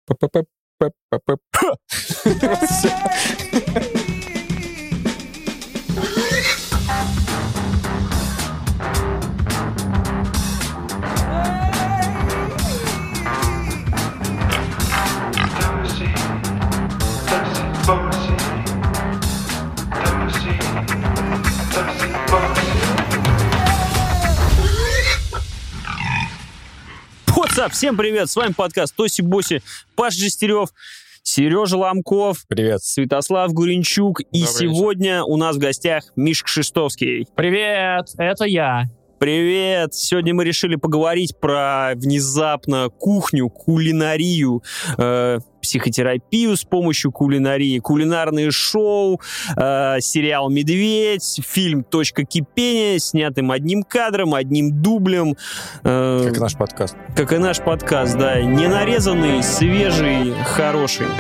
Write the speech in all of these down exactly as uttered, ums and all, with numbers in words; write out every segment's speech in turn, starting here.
Всем привет, с вами подкаст Тоси-Боси, Паш Жестерев, Сережа Ломков, привет, Святослав Гуренчук, и Добрый сегодня вечер. у нас в гостях Мишка Кшиштовский. Привет, это я. Привет! Сегодня мы решили поговорить про внезапно кухню, кулинарию, э, психотерапию с помощью кулинарии, кулинарные шоу, э, сериал «Медведь», фильм «Точка кипения», снятым одним кадром, одним дублем. Э, как и наш подкаст. Как и наш подкаст, да. Ненарезанный, свежий, хороший.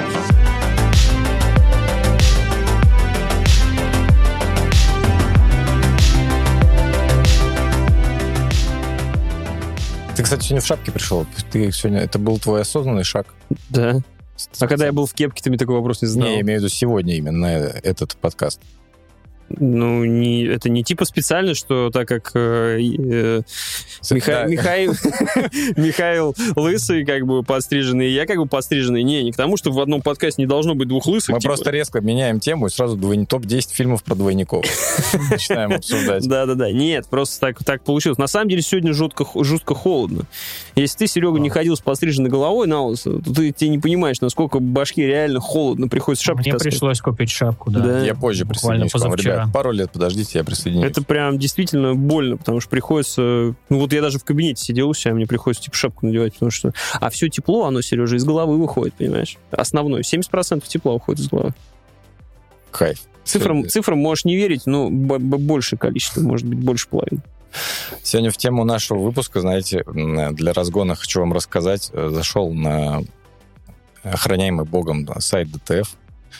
Ты, кстати, сегодня в шапке пришел. Ты сегодня... Это был твой осознанный шаг? Да. А когда я был в кепке, ты мне такой вопрос не задал. Не, я имею в виду сегодня именно этот подкаст. Ну, не, это не типа специально, что так как э, э, Миха... да. Михаил... Михаил лысый, как бы подстриженный, и я как бы подстриженный. Не, не к тому, что в одном подкасте не должно быть двух лысых. Мы типа. просто резко меняем тему и сразу двойни... топ десять фильмов про двойников начинаем обсуждать. Да-да-да. Нет, просто так, так получилось. На самом деле сегодня жутко, жутко холодно. Если ты, Серега, не ходил с подстриженной головой на улицу, то ты, ты не понимаешь, насколько башке реально холодно. Приходится шапку Мне таскать. пришлось купить шапку, да. да. Я позже присоединюсь к вам, ребят. Пару лет подождите, я присоединюсь. Это прям действительно больно, потому что приходится... Ну вот я даже в кабинете сидел у себя, мне приходится типа шапку надевать, потому что... А все тепло, оно, Сережа, из головы выходит, понимаешь? Основное. семьдесят процентов тепла уходит из головы. Кайф. Цифрам, цифрам можешь не верить, но б- б- большее количество, может быть, больше половины. Сегодня в тему нашего выпуска, знаете, для разгона хочу вам рассказать. Зашел на охраняемый Богом сайт ди ти эф,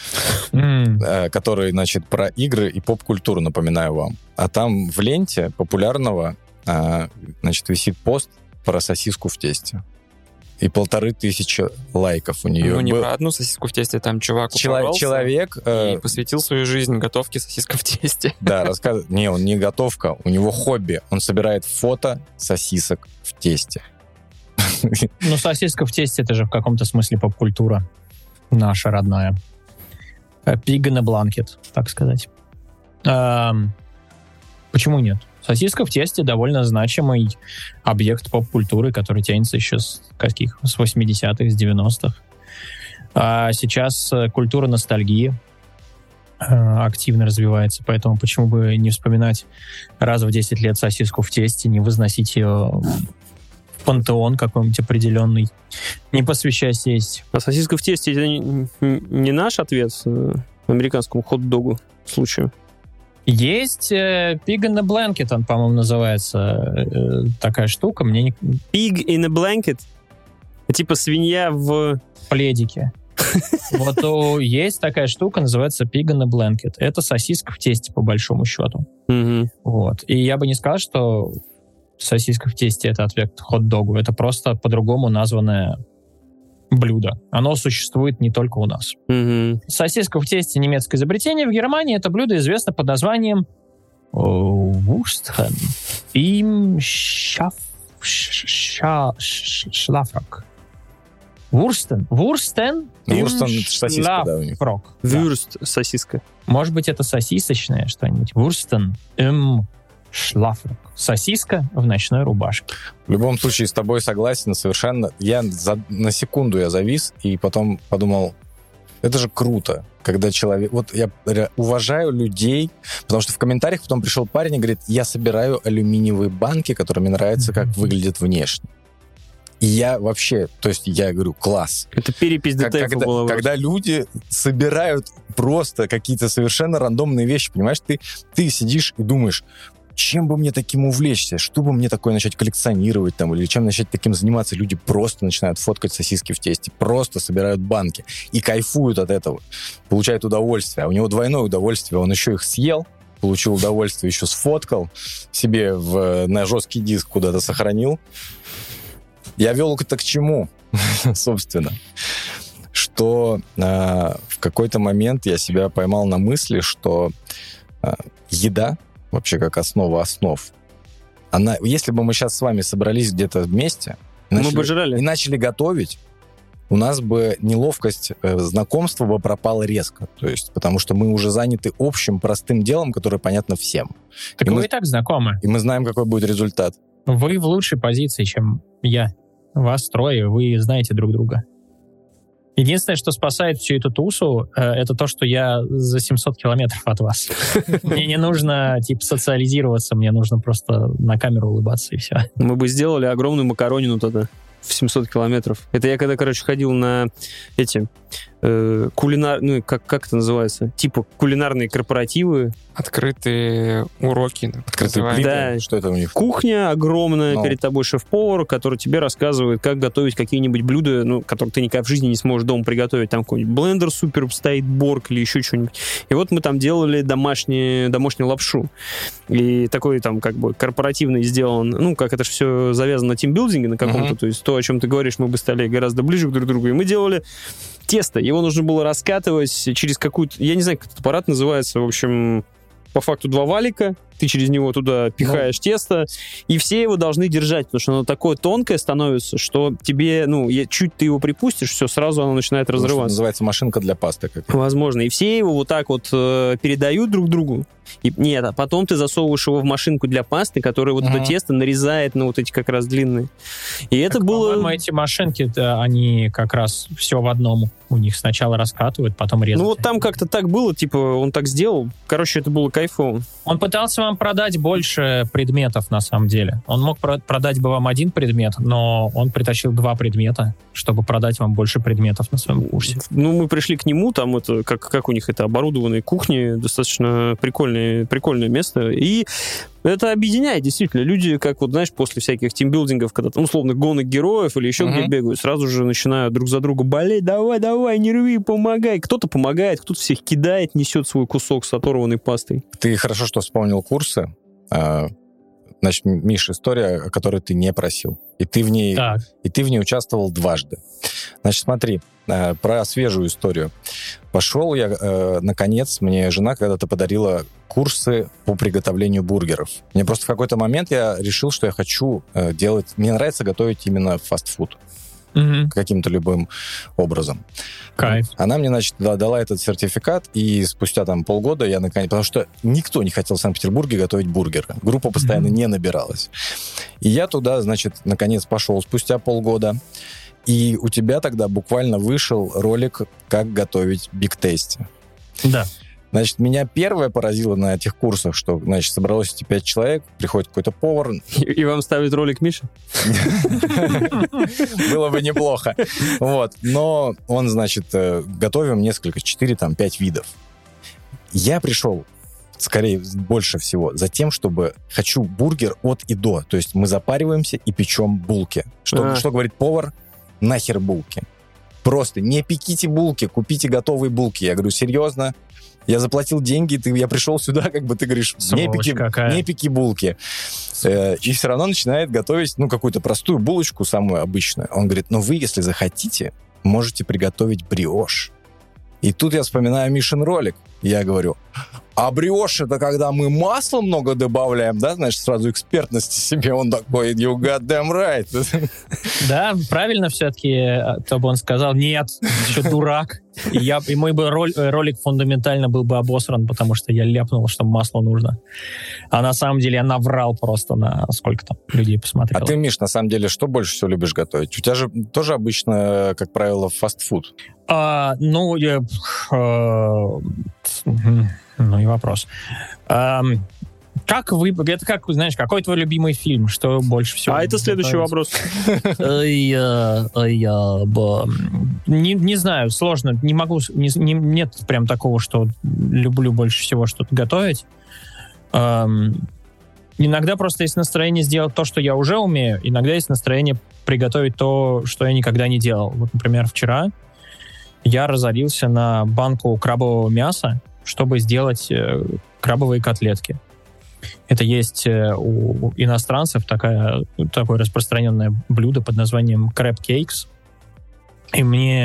Mm. который, значит, про игры и поп-культуру, напоминаю вам. А там в ленте популярного, значит, висит пост про сосиску в тесте. И полторы тысячи лайков у нее. Ну, не был. про одну сосиску в тесте, там чувак Чело- человек и э... посвятил свою жизнь готовке сосиска в тесте. Да, рассказывает. Не, он не готовка, у него хобби. Он собирает фото сосисок в тесте. Ну, сосиска в тесте — это же в каком-то смысле поп-культура наша родная. Pig in a blanket, так сказать. Эм, почему нет? Сосиска в тесте довольно значимый объект поп-культуры, который тянется еще с каких? С восьмидесятых, с девяностых. А сейчас культура ностальгии э, активно развивается, поэтому почему бы не вспоминать раз в десять лет сосиску в тесте, не возносить ее в пантеон какой-нибудь определенный, не посвящаясь есть. А сосиска в тесте — это не, не наш ответ американскому хот-догу случаю? Есть э, Pig in a Blanket, он, по-моему, называется э, такая штука. Мне не... Pig in a Blanket? Типа свинья в... пледике. Вот есть такая штука, называется Pig in a Blanket. Это сосиска в тесте, по большому счету. Вот. И я бы не сказал, что сосиска в тесте — это ответ хот-догу. Это просто по-другому названное блюдо. Оно существует не только у нас. Mm-hmm. Сосиска в тесте — немецкое изобретение. В Германии это блюдо известно под названием Wurstchen im Schaf... Schlafrock. Wursten. Wursten im Schlafrock. Вюрст, сосиска. Может быть, это сосисочное что-нибудь. Wursten im Schlafrock. Сосиска в ночной рубашке. В любом случае, с тобой согласен совершенно. Я за, на секунду я завис и потом подумал, это же круто, когда человек... Вот я уважаю людей, потому что в комментариях потом пришел парень и говорит, я собираю алюминиевые банки, которые мне нравятся, как выглядят внешне. И я вообще, то есть я говорю, класс. Это перепись ди ти эф когда, была. Когда люди собирают просто какие-то совершенно рандомные вещи, понимаешь, ты, ты сидишь и думаешь, чем бы мне таким увлечься, что бы мне такое начать коллекционировать там, или чем начать таким заниматься. Люди просто начинают фоткать сосиски в тесте, просто собирают банки и кайфуют от этого, получают удовольствие. А у него двойное удовольствие, он еще их съел, получил удовольствие, еще сфоткал, себе в, на жесткий диск куда-то сохранил. Я вел это к чему, собственно? то э, в какой-то момент я себя поймал на мысли, что э, еда, вообще как основа основ, она, если бы мы сейчас с вами собрались где-то вместе и Мы начали, бы жрали. и начали готовить, у нас бы неловкость э, знакомства бы пропала резко. То есть, потому что мы уже заняты общим простым делом, которое понятно всем. Так и вы мы, и так знакомы. и мы знаем, какой будет результат. Вы в лучшей позиции, чем я. Вас трое, вы знаете друг друга. Единственное, что спасает всю эту тусу, э, это то, что я за семьсот километров от вас. Мне не нужно, типа, социализироваться, мне нужно просто на камеру улыбаться, и все. Мы бы сделали огромную макаронину тогда в семьсот километров. Это я когда, короче, ходил на эти э, кулинар... Ну, как, как это называется? Типа кулинарные корпоративы. Открытые уроки. Открытые называемые. плиты. Да. Что это у них? Кухня огромная, Ну. перед тобой шеф-повар, который тебе рассказывает, как готовить какие-нибудь блюда, ну, которые ты никогда в жизни не сможешь дома приготовить. Там какой-нибудь блендер супер стоит, Борг или еще что-нибудь. И вот мы там делали домашнюю, домашнюю лапшу. И такой там как бы корпоративный сделан, ну, как это же все завязано на тимбилдинге на каком-то, Мгм. то есть то, о чем ты говоришь, мы бы стали гораздо ближе друг к другу. И мы делали тесто. Его нужно было раскатывать через какую-то, я не знаю, как этот аппарат называется, в общем, по факту два валика, ты через него туда пихаешь тесто, и все его должны держать, потому что оно такое тонкое становится, что тебе, ну, е- чуть ты его припустишь, все, сразу оно начинает Потому что разрываться. называется машинка для пасты. Как. Возможно. И все его вот так вот э, передают друг другу. И, нет, а потом ты засовываешь его в машинку для пасты, которая вот Мгм. это тесто нарезает на вот эти как раз длинные. И это Так, было... по-моему, эти машинки, они как раз все в одном. У них сначала раскатывают, потом резают. Ну вот там как-то так было, типа, он так сделал. Короче, это было кайфово. Он пытался вам продать больше предметов, на самом деле. Он мог про- продать бы вам один предмет, но он притащил два предмета, чтобы продать вам больше предметов на своем курсе. Ну, мы пришли к нему, там это, как, как у них это, оборудованные кухни, достаточно прикольное, прикольное место. И это объединяет, действительно. Люди, как вот, знаешь, после всяких тимбилдингов, когда там, условно, гонок героев или еще Мгм. где бегают, сразу же начинают друг за друга болеть. Давай, давай, не рви, помогай. Кто-то помогает, кто-то всех кидает, несет свой кусок с оторванной пастой. Ты хорошо, что вспомнил курсы. А, Значит, Миш, история, о которой ты не просил. И ты в ней, Так, и ты в ней участвовал дважды. Значит, смотри, э, про свежую историю. Пошел я, э, наконец, мне жена когда-то подарила курсы по приготовлению бургеров. Мне просто в какой-то момент я решил, что я хочу э, делать... Мне нравится готовить именно фастфуд мгм, каким-то любым образом. кайф. Она мне, значит, да- дала этот сертификат, и спустя там полгода я наконец... Потому что никто не хотел в Санкт-Петербурге готовить бургеры. Группа постоянно Мгм. не набиралась. И я туда, значит, наконец пошел спустя полгода. И у тебя тогда буквально вышел ролик, как готовить Big Tasty. Да. Значит, меня первое поразило на этих курсах, что, значит, собралось эти пять человек, приходит какой-то повар. И, и вам ставит ролик Миша? Было бы неплохо. Вот. Но он, значит, э, готовим несколько, четыре, там, пять видов. Я пришел, скорее, больше всего, за тем, чтобы хочу бургер от и до. То есть мы запариваемся и печем булки. Что, А. что говорит повар? Нахер булки. Просто не пеките булки, купите готовые булки. Я говорю, серьезно? Я заплатил деньги, ты, я пришел сюда, как бы ты говоришь, не Сволочь пеки, какая. не пеки булки. Э, и все равно начинает готовить, ну, какую-то простую булочку, самую обычную. Он говорит, ну, вы, если захотите, можете приготовить бриош. И тут я вспоминаю Мишин ролик. Я говорю, а бриош это когда мы масла много добавляем, да, значит, сразу экспертности себе. Он такой, you got damn right. Да, правильно все-таки, то бы он сказал, нет, еще дурак. И, я, и мой бы роль, ролик фундаментально был бы обосран, потому что я ляпнул, что масло нужно. А на самом деле я наврал просто на сколько там людей посмотрел. А ты, Миш, на самом деле, что больше всего любишь готовить? У тебя же тоже обычно, как правило, фастфуд. А, ну, я, э, ну и вопрос. Ам, как вы, это как, знаешь, какой твой любимый фильм? Что больше всего? А это следующий вопрос. Я, я, б- не, не знаю, сложно. Не могу, не, не- нет прям такого, что люблю больше всего что-то готовить. Ам, иногда просто есть настроение сделать то, что я уже умею. Иногда есть настроение приготовить то, что я никогда не делал. Вот, например, вчера я разорился на банку крабового мяса, чтобы сделать э, крабовые котлетки. Это есть э, у иностранцев такая, такое распространенное блюдо под названием crab cakes. И мне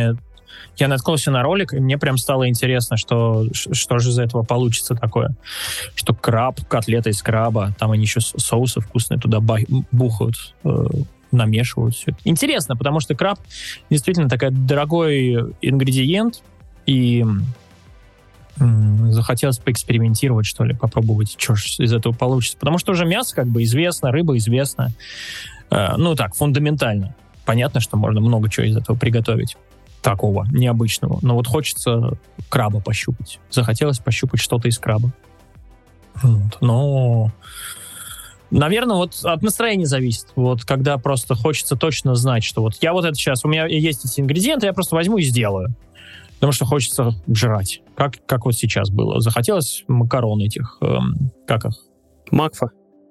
я наткнулся на ролик, и мне прям стало интересно, что, что же из этого получится такое. Что краб, котлета из краба, там они еще соусы вкусные туда бухают, э, намешивают все. Интересно, потому что краб действительно такой дорогой ингредиент, и захотелось поэкспериментировать, что ли, попробовать, что же из этого получится. Потому что уже мясо как бы известно, рыба известна. Э, ну так, фундаментально. Понятно, что можно много чего из этого приготовить. Такого, необычного. Но вот хочется краба пощупать. Захотелось пощупать что-то из краба. Вот. Но... Наверное, вот от настроения зависит. Вот когда просто хочется точно знать, что вот я вот это сейчас, у меня есть эти ингредиенты, я просто возьму и сделаю. Потому что хочется жрать. Как, как вот сейчас было. Захотелось макарон этих, эм, как их? Макфа.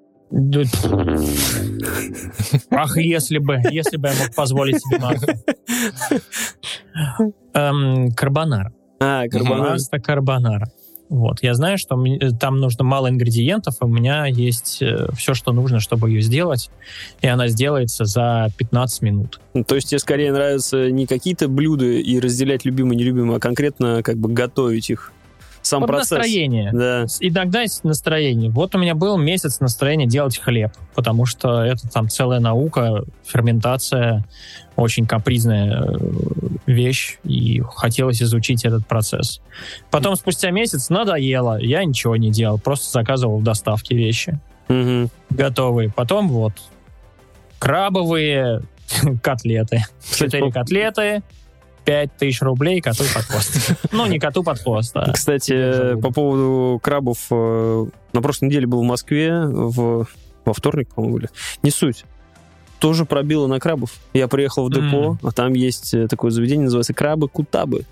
Ах, если бы, если бы я мог позволить себе макфа. Эм, карбонара. А, карбонара. Паста карбонара. Вот. Я знаю, что там нужно мало ингредиентов, и у меня есть все, что нужно, чтобы ее сделать, и она сделается за пятнадцать минут. Ну, то есть тебе скорее нравятся не какие-то блюда и разделять любимые-нелюбимые, а конкретно как бы готовить их? Сам вот процесс. Настроение. Да. Иногда есть настроение. Вот у меня был месяц настроения делать хлеб, потому что это там целая наука, ферментация, очень капризная вещь, и хотелось изучить этот процесс. Потом спустя месяц надоело, я ничего не делал, просто заказывал в доставке вещи. Угу. Готовые. Потом вот крабовые котлеты. Четыре котлеты, пять тысяч рублей коту под хвост. Ну, не коту под хвост, а... Кстати, по поводу крабов, на прошлой неделе был в Москве, в... во вторник, по-моему, были. Не суть. Тоже пробило на крабов. Я приехал в депо, mm. а там есть такое заведение, называется «Крабы-кутабы».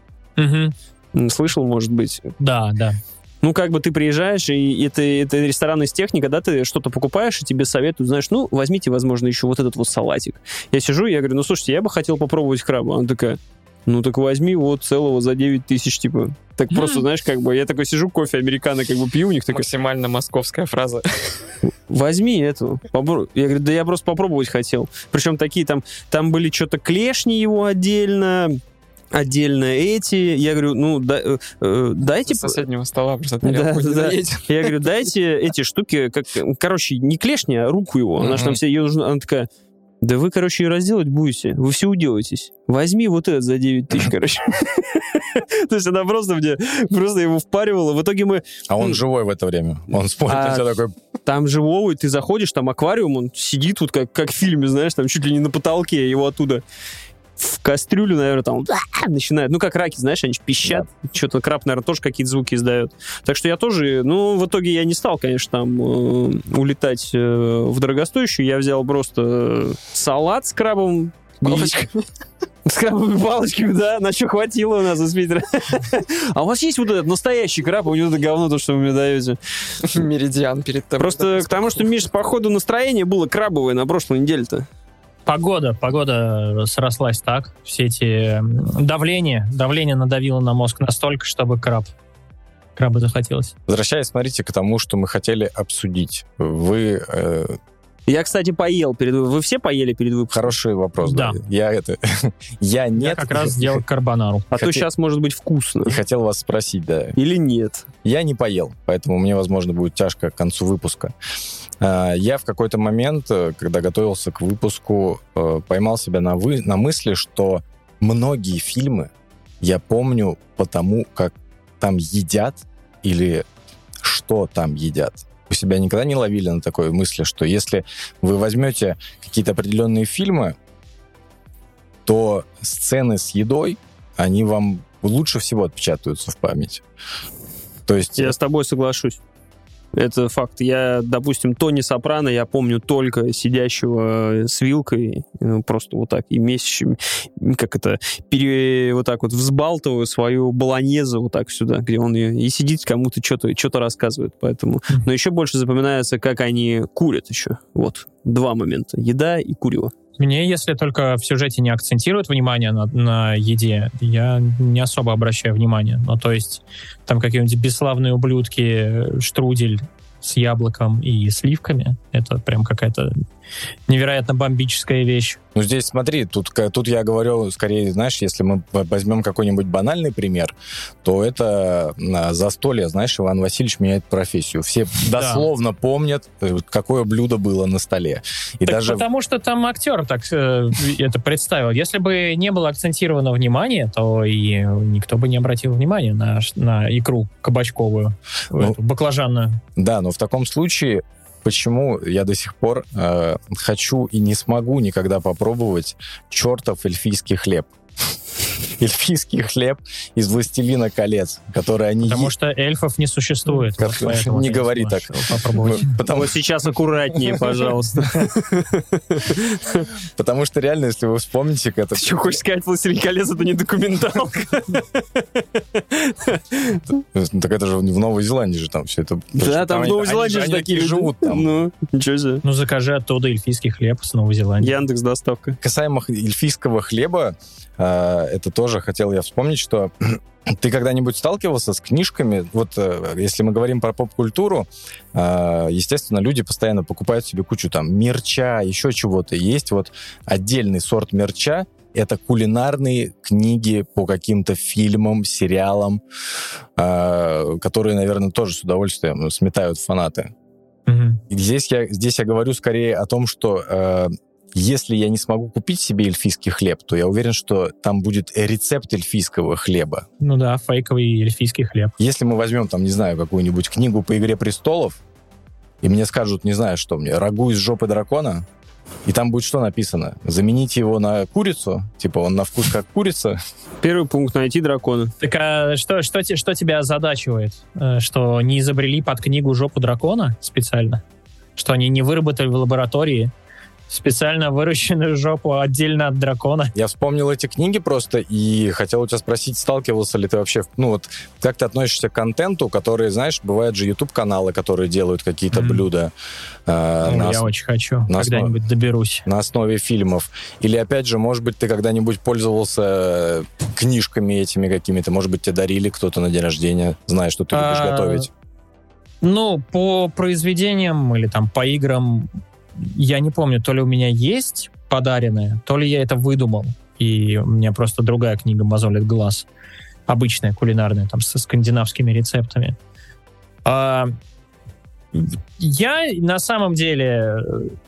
Mm-hmm. Слышал, может быть? Да, да. Ну, как бы ты приезжаешь, и это, это ресторанная техника, да, ты что-то покупаешь, и тебе советуют, знаешь, ну, возьмите, возможно, еще вот этот вот салатик. Я сижу, я говорю, ну, слушайте, я бы хотел попробовать краба. Она такая, ну, так возьми вот целого за девять тысяч, типа. Так mm. просто, знаешь, как бы, я такой сижу, кофе американо как бы пью, у них такой... Максимально московская фраза. Возьми эту. Попробуй. Я говорю, да я просто попробовать хотел. Причем такие там, там были что-то клешни его отдельно, отдельно эти. Я говорю, ну, да, э, дайте... С соседнего стола просто да, да. Я говорю, дайте эти штуки, как, короче, не клешни, а руку его. Она mm-hmm. же там все, ее нужно... Она такая, да вы, короче, ее разделать будете. Вы все уделаетесь. Возьми вот этот за девять тысяч, короче. То есть она просто мне, просто его впаривала. В итоге мы... А он живой в это время. Он смотрит на тебя такой... Там живого, ты заходишь, там аквариум, он сидит вот как, как в фильме, знаешь, там чуть ли не на потолке, его оттуда в кастрюлю, наверное, там начинает. Ну, как раки, знаешь, они пищат. Да. Что-то краб, наверное, тоже какие-то звуки издает. Так что я тоже... Ну, в итоге я не стал, конечно, там э, улетать э, в дорогостоящую. Я взял просто салат с крабом. Палочками. С крабовыми палочками, да. На что хватило у нас из Питера. А у вас есть вот этот настоящий краб, а у него это говно, то, что вы мне даете? Меридиан перед тобой. Просто к тому, что, Миш, по ходу настроение было крабовое на прошлой неделе-то. Погода, погода срослась так. Все эти давление, давление надавило на мозг настолько, чтобы краб, краба захотелось. Возвращаясь, смотрите, к тому, что мы хотели обсудить. Вы... Э... Я, кстати, поел перед... Вы все поели перед выпуском? Хороший вопрос, да. да. Я это... Я нет. Я как раз сделал карбонару. А Хотел... то сейчас может быть вкусно. И хотел вас спросить, да. Или нет? Я не поел, поэтому мне, возможно, будет тяжко к концу выпуска. Я в какой-то момент, когда готовился к выпуску, поймал себя на, вы... на мысли, что многие фильмы я помню потому, как там едят или что там едят. Вы себя никогда не ловили на такой мысли, что если вы возьмете какие-то определенные фильмы, то сцены с едой, они вам лучше всего отпечатываются в памяти. То есть... Я с тобой соглашусь. Это факт. Я, допустим, Тони Сопрано, я помню только сидящего с вилкой, просто вот так, и месящим, как это, пере, вот так вот взбалтываю свою болоньезу вот так сюда, где он и, и сидит, кому-то что-то, что-то рассказывает. Поэтому. Но еще больше запоминается, как они курят еще. Вот. Два момента. Еда и курево. Мне, если только в сюжете не акцентируют внимание на, на еде, я не особо обращаю внимание. Ну, то есть, там какие-нибудь бесславные ублюдки, штрудель с яблоком и сливками, это прям какая-то невероятно бомбическая вещь. Ну, здесь, смотри, тут, тут я говорю, скорее, знаешь, если мы возьмем какой-нибудь банальный пример, то это застолье, знаешь, Иван Васильевич меняет профессию. Все Да. дословно помнят, какое блюдо было на столе. И Так даже... потому что там актер так э, это представил. Если бы не было акцентировано внимание, то и никто бы не обратил внимания на, на икру кабачковую, Ну, эту, баклажанную. Да, но в таком случае, почему я до сих пор э, хочу и не смогу никогда попробовать чертов эльфийский хлеб? Эльфийский хлеб из «Властелина колец», который они... Потому е- что эльфов не существует. Как- Вот поэтому не ты говори сможешь так. его попробовать. Потому, Вот сейчас аккуратнее, пожалуйста. потому что реально, если вы вспомните... Это... Ты что, хочешь сказать, «Властелин колец» — это не документалка? Ну, так это же в Новой Зеландии же там все это... Да, там в они- Новой они Зеландии же- же они такие люди. живут там. Ну, ничего себе. Ну, закажи оттуда эльфийский хлеб с Новой Зеландии. Яндекс доставка. Касаемо эльфийского хлеба, э, это тоже хотел я вспомнить, что ты когда-нибудь сталкивался с книжками? Вот э, если мы говорим про поп-культуру, э, естественно, люди постоянно покупают себе кучу там мерча, еще чего-то. Есть вот отдельный сорт мерча, это кулинарные книги по каким-то фильмам, сериалам, э, которые, наверное, тоже с удовольствием сметают фанаты. Мгм. И здесь я, здесь я говорю скорее о том, что э, если я не смогу купить себе эльфийский хлеб, то я уверен, что там будет рецепт эльфийского хлеба. Ну да, фейковый эльфийский хлеб. Если мы возьмем, там, не знаю, какую-нибудь книгу по «Игре престолов», и мне скажут, не знаю, что мне, рагу из жопы дракона, и там будет что написано? Замените его на курицу, типа он на вкус как курица. Первый пункт — найти дракона. Так а что, что, те- что тебя озадачивает? Э, Что не изобрели под книгу жопу дракона специально? Что они не выработали в лаборатории специально выращенную жопу отдельно от дракона? Я вспомнил эти книги просто и хотел у тебя спросить, сталкивался ли ты вообще, ну вот, как ты относишься к контенту, который, знаешь, бывают же YouTube-каналы, которые делают какие-то Мгм. блюда э, Ну, на, я ос- очень хочу. на основе- Когда-нибудь доберусь. на основе фильмов. Или, опять же, может быть, ты когда-нибудь пользовался книжками этими какими-то, может быть, тебе дарили кто-то на день рождения, зная, что ты любишь А, готовить. Ну, по произведениям или там по играм, я не помню, то ли у меня есть подаренное, то ли я это выдумал, и у меня просто другая книга мозолит глаз. Обычная, кулинарная, там, со скандинавскими рецептами. А, я на самом деле...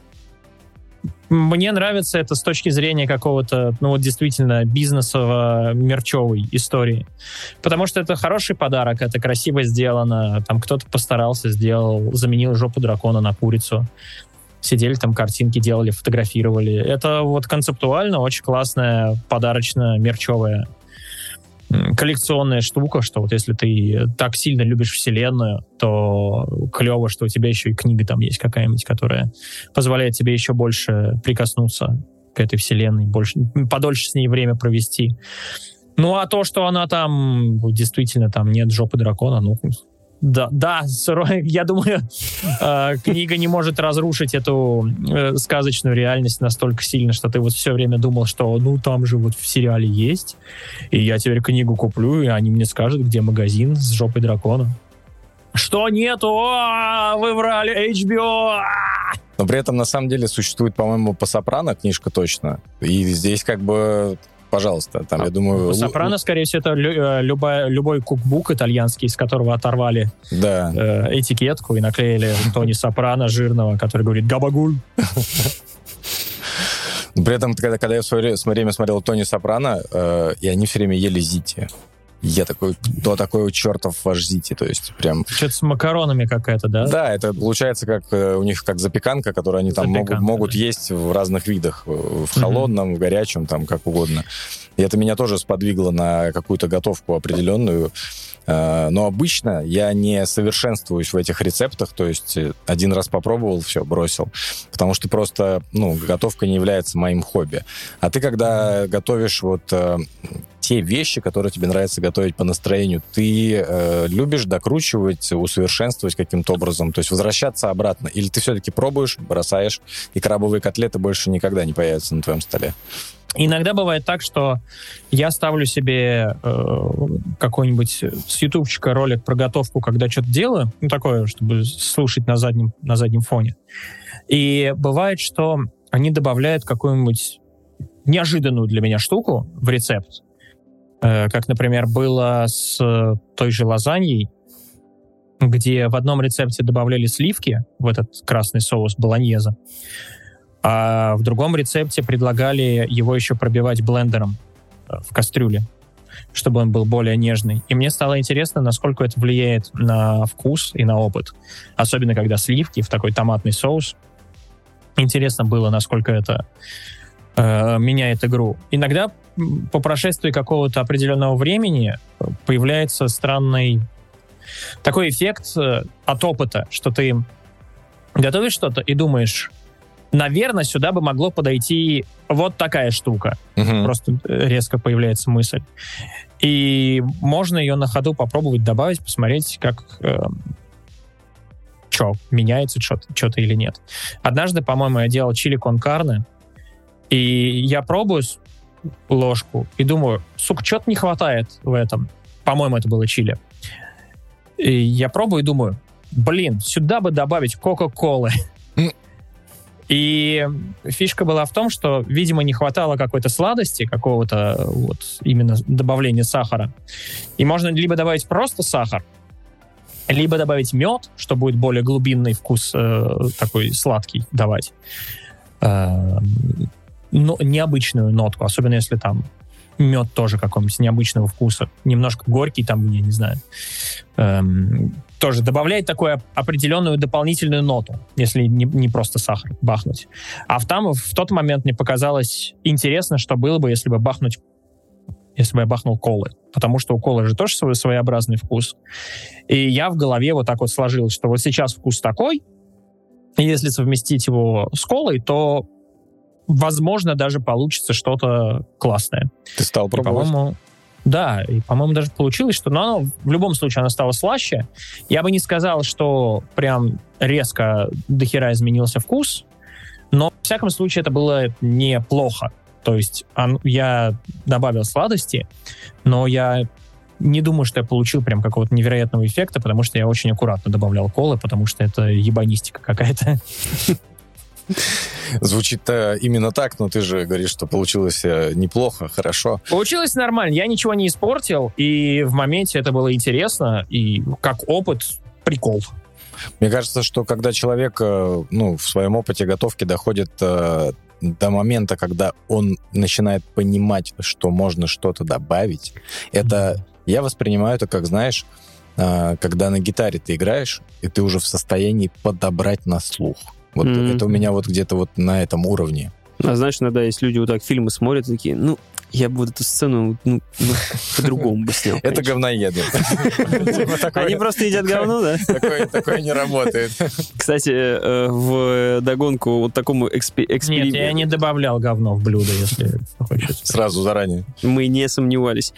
Мне нравится это с точки зрения какого-то, ну вот действительно, бизнесово-мерчевой истории. Потому что это хороший подарок, это красиво сделано, там кто-то постарался, сделал, заменил жопу дракона на курицу. Сидели там, картинки делали, фотографировали. Это вот концептуально очень классная, подарочно-мерчевая м, коллекционная штука, что вот если ты так сильно любишь вселенную, то клево, что у тебя еще и книга там есть какая-нибудь, которая позволяет тебе еще больше прикоснуться к этой вселенной, больше, подольше с ней время провести. Ну, а то, что она там, действительно, там нет жопы дракона, ну, да, да, сырой- я думаю, э, книга не может разрушить эту э, сказочную реальность настолько сильно, что ты вот все время думал, что ну там же вот в сериале есть, и я теперь книгу куплю, и они мне скажут, где магазин с жопой дракона. Что нету? А, вы врали, эйч би о! Но при этом, на самом деле, существует, по-моему, по «Сопрано» книжка точно. И здесь как бы... Пожалуйста, там, я думаю... «Сопрано», скорее всего, это лю- э, любая- любой кукбук итальянский, из которого оторвали Да. э, этикетку и наклеили Тони Сопрано жирного, который говорит «Габагуль». При этом, когда, когда я в свое время смотрел Тони Сопрано, э, и они все время ели зити. Я такой, кто такой чертов ваш зити? То есть прям... Что-то с макаронами какая-то, да? Да, это получается как э, у них как запеканка, которую они там Запеканка, могут, могут да. есть в разных видах. э, В холодном, в горячем, там как угодно. И это меня тоже сподвигло на какую-то готовку определенную. Э, Но обычно я не совершенствуюсь в этих рецептах, то есть э, один раз попробовал, все, бросил. Потому что просто, ну, готовка не является моим хобби. А ты, когда готовишь вот э, те вещи, которые тебе нравится готовить по настроению, ты э, любишь докручивать, усовершенствовать каким-то образом, то есть возвращаться обратно? Или ты все-таки пробуешь, бросаешь, и крабовые котлеты больше никогда не появятся на твоем столе? Иногда бывает так, что я ставлю себе э, какой-нибудь с ютубчика ролик про готовку, когда что-то делаю, ну, такое, чтобы слушать на заднем, на заднем фоне. И бывает, что они добавляют какую-нибудь неожиданную для меня штуку в рецепт. Э, как, например, было с той же лазаньей, где в одном рецепте добавляли сливки в этот красный соус болоньезе, а в другом рецепте предлагали его еще пробивать блендером в кастрюле, чтобы он был более нежный. И мне стало интересно, насколько это влияет на вкус и на опыт. Особенно, когда сливки в такой томатный соус. Интересно было, насколько это э, меняет игру. Иногда по прошествии какого-то определенного времени появляется странный такой эффект э, от опыта, что ты готовишь что-то и думаешь, наверное, сюда бы могло подойти вот такая штука. Uh-huh. Просто резко появляется мысль. И можно ее на ходу попробовать добавить, посмотреть, как э, что, меняется что-то, что-то или нет. Однажды, по-моему, я делал чили кон карне, и я пробую ложку и думаю, сука, что-то не хватает в этом. По-моему, это было чили. И я пробую и думаю, блин, сюда бы добавить кока-колы. И фишка была в том, что, видимо, не хватало какой-то сладости, какого-то вот именно добавления сахара. И можно либо добавить просто сахар, либо добавить мед, что будет более глубинный вкус э, такой сладкий давать. Э, но необычную нотку, особенно если там мед тоже какого-нибудь необычного вкуса. Немножко горький там, я не знаю. Эм, тоже добавляет такую определенную дополнительную ноту, если не, не просто сахар бахнуть. А в, там, в тот момент мне показалось интересно, что было бы, если бы бахнуть, если бы я бахнул колы. Потому что у колы же тоже свой своеобразный вкус. И я в голове вот так вот сложил, что вот сейчас вкус такой, и если совместить его с колой, то возможно, даже получится что-то классное. Ты стал пробовать? И, по-моему, да, и, по-моему, даже получилось, что ну, оно, в любом случае оно стало слаще. Я бы не сказал, что прям резко дохера изменился вкус, но, в всяком случае, это было неплохо. То есть он, я добавил сладости, но я не думаю, что я получил прям какого-то невероятного эффекта, потому что я очень аккуратно добавлял колы, потому что это ебанистика какая-то. Звучит именно так, но ты же говоришь, что получилось неплохо, хорошо. Получилось нормально, я ничего не испортил, и в моменте это было интересно, и как опыт прикол. Мне кажется, что когда человек ну, в своем опыте готовки доходит до момента, когда он начинает понимать, что можно что-то добавить, это mm-hmm. я воспринимаю это как, знаешь, когда на гитаре ты играешь, и ты уже в состоянии подобрать на слух. Вот mm-hmm. это у меня вот где-то вот на этом уровне. А знаешь, иногда есть люди вот так фильмы смотрят, такие, ну, я бы вот эту сцену ну, ну, по-другому бы снял. Это говноеды. Они просто едят говно, да? Такое не работает. Кстати, в догонку вот такому эксперименту... Нет, я не добавлял говно в блюдо, если хочешь. Сразу, заранее. Мы не сомневались.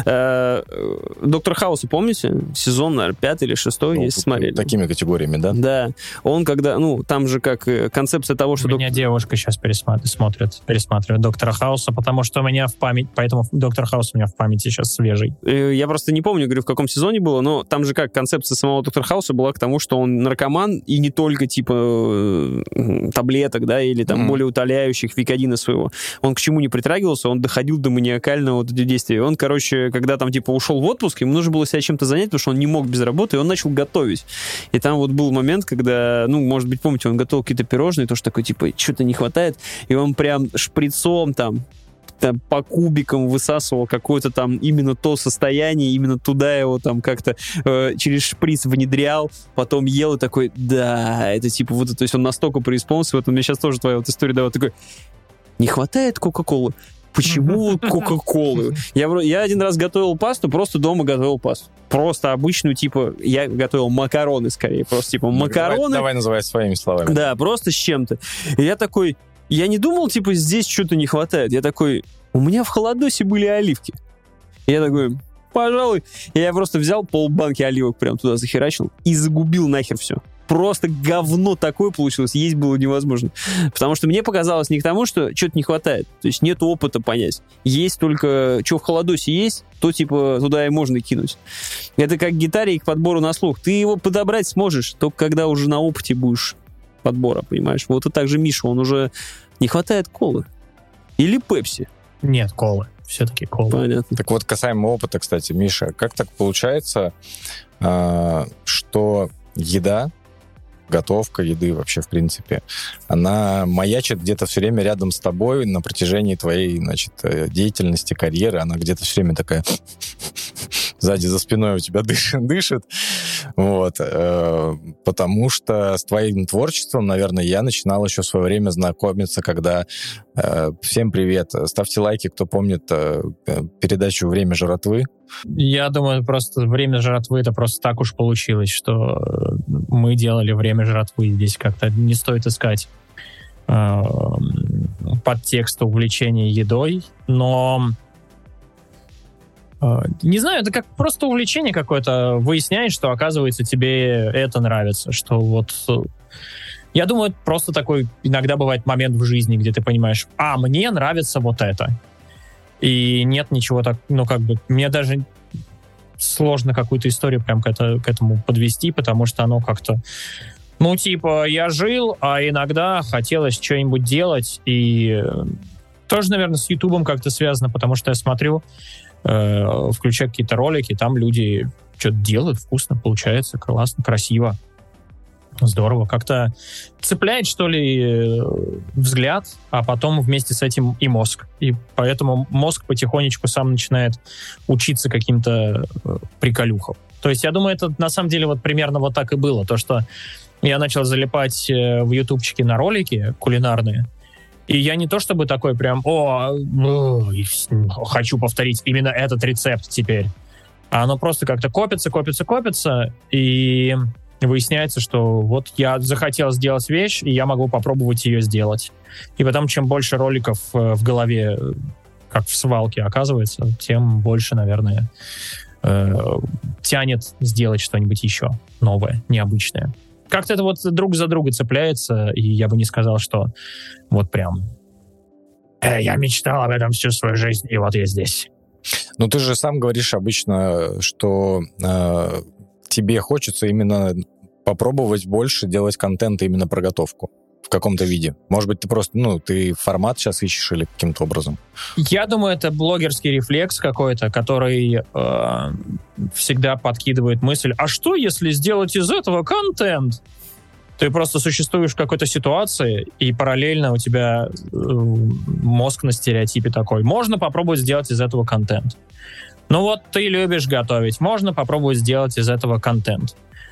Доктор Хауса, помните? Сезон, наверное, пятый или шестой, если смотрели. Такими категориями, да? Да. Он когда... Ну, там же как концепция того, что... У меня девушка сейчас пересматривает, пересматривает Доктора Хауса, потому что у меня в память, поэтому Доктор Хаус у меня в памяти сейчас свежий. Я просто не помню, говорю, в каком сезоне было, но там же как концепция самого Доктора Хауса была к тому, что он наркоман, и не только типа таблеток, да, или там mm-hmm. более утоляющих викодина своего. Он к чему не притрагивался, он доходил до маниакального вот действия. Он, короче, когда там типа ушел в отпуск, ему нужно было себя чем-то занять, потому что он не мог без работы, и он начал готовить. И там вот был момент, когда, ну, может быть, помните, он готовил какие-то пирожные, тоже такой, типа, что-то не хватает, и он прям шприцом там там, по кубикам высасывал какое-то там именно то состояние, именно туда его там как-то э, через шприц внедрял, потом ел и такой, да, это типа вот, то есть он настолько преисполнился, вот у меня сейчас тоже твоя вот история, да, вот такой, не хватает Кока-Колы? Почему Кока-Колы? Я, я один раз готовил пасту, просто дома готовил пасту. Просто обычную, типа, я готовил макароны скорее, просто типа макароны. Давай, давай называй своими словами. Да, просто с чем-то. И я такой, я не думал, типа, здесь что-то не хватает. Я такой, у меня в холодосе были оливки. И я такой, пожалуй. И я просто взял полбанки оливок прям туда захерачил и загубил нахер все. просто говно такое получилось, есть было невозможно. Потому что мне показалось не к тому, что что-то не хватает. То есть нет опыта понять. Есть только, что в холодосе есть, то типа туда и можно кинуть. Это как к гитаре и к подбору на слух. Ты его подобрать сможешь, только когда уже на опыте будешь подбора, понимаешь? Вот и так же Миша, он уже... Не хватает колы. Или пепси. Нет, колы. Все-таки колы. Понятно. Так вот, касаемо опыта, кстати, Миша, как так получается, что еда, готовка еды вообще, в принципе, она маячит где-то все время рядом с тобой на протяжении твоей, значит, деятельности, карьеры. Она где-то все время такая сзади за спиной у тебя дышит, дышит. Вот. Потому что с твоим творчеством, наверное, я начинал еще в свое время знакомиться, когда... Всем привет. Ставьте лайки, кто помнит передачу «Время жратвы». Я думаю, просто «Время жратвы» — это просто так уж получилось, что мы делали «Время жратвы». Здесь как-то не стоит искать э, подтекст увлечения едой, но э, не знаю, это как просто увлечение какое-то. Выясняешь, что, оказывается, тебе это нравится, что вот... Я думаю, просто такой иногда бывает момент в жизни, где ты понимаешь, а, мне нравится вот это. И нет ничего так, ну, как бы, мне даже сложно какую-то историю прям к, это, к этому подвести, потому что оно как-то, ну, типа, я жил, а иногда хотелось что-нибудь делать, и тоже, наверное, с Ютубом как-то связано, потому что я смотрю, э, включаю какие-то ролики, там люди что-то делают, вкусно получается, классно, красиво. Здорово. Как-то цепляет, что ли, взгляд, а потом вместе с этим и мозг. И поэтому мозг потихонечку сам начинает учиться каким-то приколюхам. То есть я думаю, это на самом деле вот примерно вот так и было. То, что я начал залипать в ютубчике на ролики кулинарные, и я не то чтобы такой прям, о, о хочу повторить именно этот рецепт теперь. А оно просто как-то копится, копится, копится, и... выясняется, что вот я захотел сделать вещь, и я могу попробовать ее сделать. И потом, чем больше роликов в голове, как в свалке, оказывается, тем больше, наверное, э, тянет сделать что-нибудь еще новое, необычное. Как-то это вот друг за друга цепляется, и я бы не сказал, что вот прям э, я мечтал об этом всю свою жизнь, и вот я здесь. Ну, ты же сам говоришь обычно, что... Э, тебе хочется именно попробовать больше делать контент именно про готовку в каком-то виде. Может быть, ты просто, ну, ты формат сейчас ищешь или каким-то образом? Я думаю, это блогерский рефлекс какой-то, который э, всегда подкидывает мысль, а что, если сделать из этого контент? Ты просто существуешь в какой-то ситуации, и параллельно у тебя э, мозг на стереотипе такой. Можно попробовать сделать из этого контент. Ну вот ты любишь готовить, можно попробовать сделать из этого контент.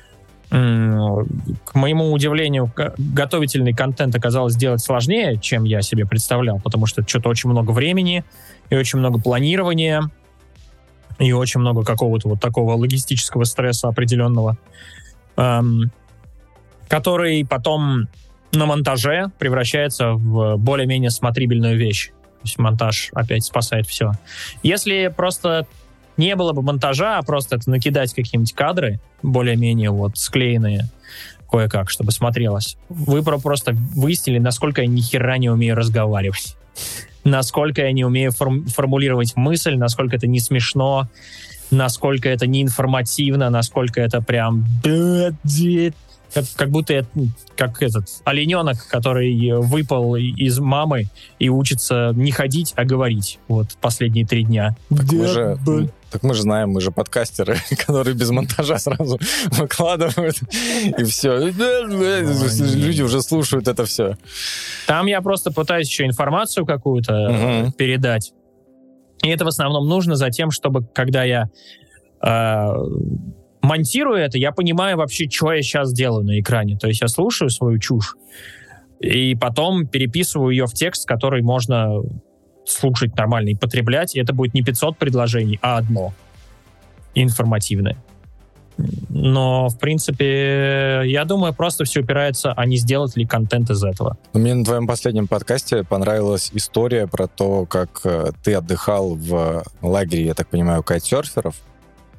К моему удивлению, готовительный контент оказалось сделать сложнее, чем я себе представлял, потому что что-то очень много времени, и очень много планирования, и очень много какого-то вот такого логистического стресса определенного, эм, который потом на монтаже превращается в более-менее смотрибельную вещь. То есть монтаж опять спасает все. Если просто не было бы монтажа, а просто это накидать какие-нибудь кадры, более-менее вот склеенные кое-как, чтобы смотрелось, вы просто выяснили, насколько я ни хера не умею разговаривать. Насколько я не умею форм- формулировать мысль, насколько это не смешно, насколько это не информативно, насколько это прям... Как, как будто я, как этот олененок, который выпал из мамы и учится не ходить, а говорить. Вот последние три дня. Так мы же, так мы же знаем, мы же подкастеры, которые без монтажа сразу выкладывают, и все. Люди уже слушают это все. Там я просто пытаюсь еще информацию какую-то угу. передать. И это в основном нужно за тем, чтобы, когда я... Э, монтирую это, я понимаю вообще, что я сейчас делаю на экране. То есть я слушаю свою чушь и потом переписываю ее в текст, который можно слушать нормально и потреблять. И это будет не пятьсот предложений, а одно. Информативное. Но, в принципе, я думаю, просто все упирается, а не сделать ли контент из этого. Мне на твоем последнем подкасте понравилась история про то, как ты отдыхал в лагере, я так понимаю, кайтсерферов.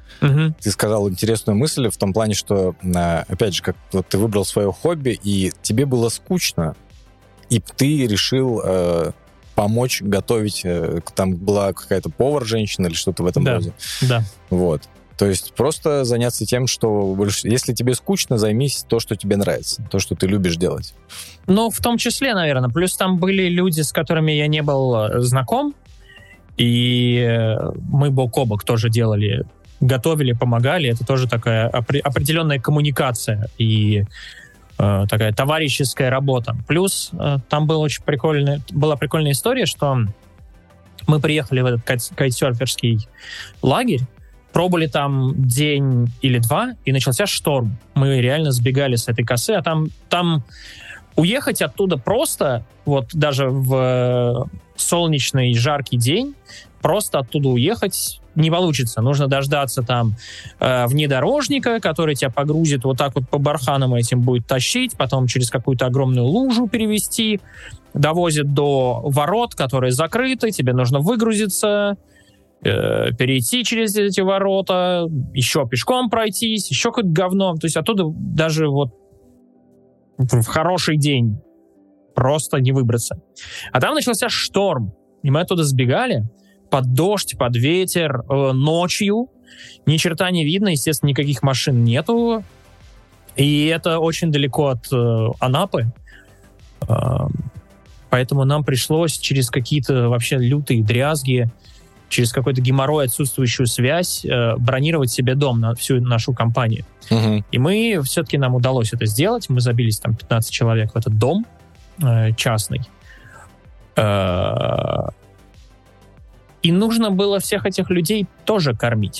Мгм. Ты сказал интересную мысль в том плане, что, а, опять же, как вот ты выбрал свое хобби, и тебе было скучно, и ты решил э, помочь готовить. Э, там была какая-то повар-женщина или что-то в этом Да. роде. Да. Вот. То есть просто заняться тем, что больше... Если тебе скучно, займись то, что тебе нравится, то, что ты любишь делать. Ну, в том числе, наверное. Плюс там были люди, с которыми я не был э, знаком, и э, мы бок о бок тоже делали, готовили, помогали. Это тоже такая опре- определенная коммуникация и э, такая товарищеская работа. Плюс э, там был очень прикольный, была прикольная история, что мы приехали в этот кайт- кайтсерферский лагерь, пробыли там день или два, и начался шторм. Мы реально сбегали с этой косы, а там, там уехать оттуда просто, вот даже в солнечный жаркий день, просто оттуда уехать не получится. Нужно дождаться там э, внедорожника, который тебя погрузит вот так вот по барханам этим будет тащить, потом через какую-то огромную лужу перевести, довозит до ворот, которые закрыты, тебе нужно выгрузиться, э, перейти через эти ворота, еще пешком пройтись, еще какое-то говно. То есть оттуда даже вот в хороший день просто не выбраться. А там начался шторм, и мы оттуда сбегали под дождь, под ветер, э, ночью. Ни черта не видно, естественно, никаких машин нету. И это очень далеко от э, Анапы. Э, поэтому нам пришлось через какие-то вообще лютые дрязги, через какой-то геморрой, отсутствующую связь, э, бронировать себе дом на всю нашу компанию. Угу. И мы, все-таки нам удалось это сделать. Мы забились там пятнадцать человек в этот дом э, частный. Э, и нужно было всех этих людей тоже кормить.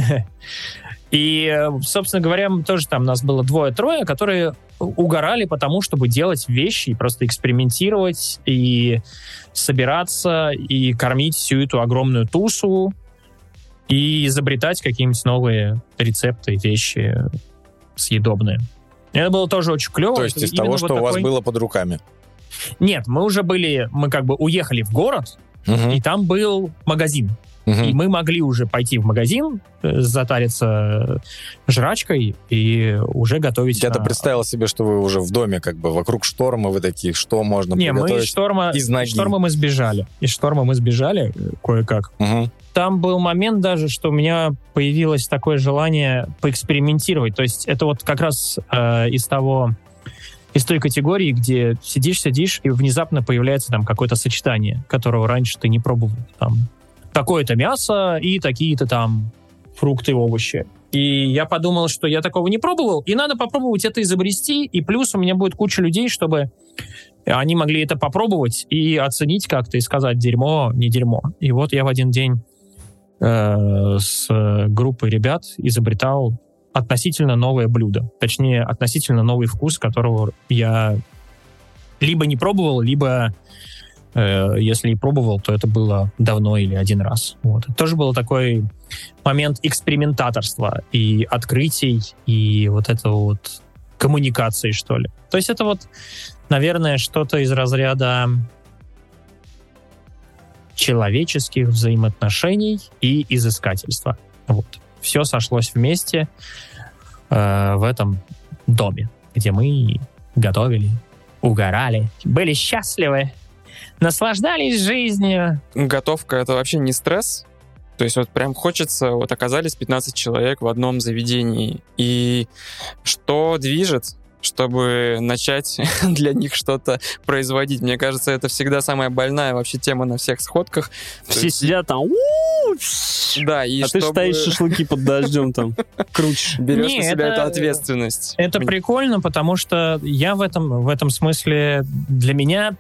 И, собственно говоря, тоже там нас было двое-трое, которые угорали потому, чтобы делать вещи, и просто экспериментировать, и собираться, и кормить всю эту огромную тусу, и изобретать какие-нибудь новые рецепты, вещи съедобные. И это было тоже очень клево. То есть из Именно того, вот что у вас такой- было под руками. Нет, мы уже были, мы как бы уехали в город, Угу. и там был магазин. И мы могли уже пойти в магазин, э, затариться жрачкой и уже готовить. Я-то на- представил себе, что вы уже в доме, как бы вокруг шторма, вы такие, что можно Не, мы из приготовить? шторма, из ноги. из шторма мы сбежали. Из шторма мы сбежали э, кое-как. Мгм. Там был момент даже, что у меня появилось такое желание поэкспериментировать. То есть это вот как раз э, из того, из той категории, где сидишь-сидишь, и внезапно появляется там какое-то сочетание, которого раньше ты не пробовал. Там такое-то мясо и такие-то там фрукты, овощи. И я подумал, что я такого не пробовал, и надо попробовать это изобрести, и плюс у меня будет куча людей, чтобы они могли это попробовать и оценить как-то, и сказать, дерьмо, не дерьмо. И вот я в один день э, с группой ребят изобретал относительно новое блюдо. Точнее, относительно новый вкус, которого я либо не пробовал, либо э, если и пробовал, то это было давно или один раз. Вот. Это тоже был такой момент экспериментаторства и открытий, и вот этого вот коммуникации, что ли. То есть это вот, наверное, что-то из разряда человеческих взаимоотношений и изыскательства. Вот. Все сошлось вместе э, в этом доме, где мы готовили, угорали, были счастливы, наслаждались жизнью. Готовка — это вообще не стресс? То есть вот прям хочется, вот оказались пятнадцать человек в одном заведении, и что движет, чтобы начать для них что-то производить? Мне кажется, это всегда самая больная вообще тема на всех сходках. То Все есть- сидят там, «У-у-у», Да, и а ты чтобы стоишь шашлыки под дождем там, крутишь. берешь Не, на себя это- эту ответственность. Это Мне- прикольно, потому что я в этом, в этом смысле, для меня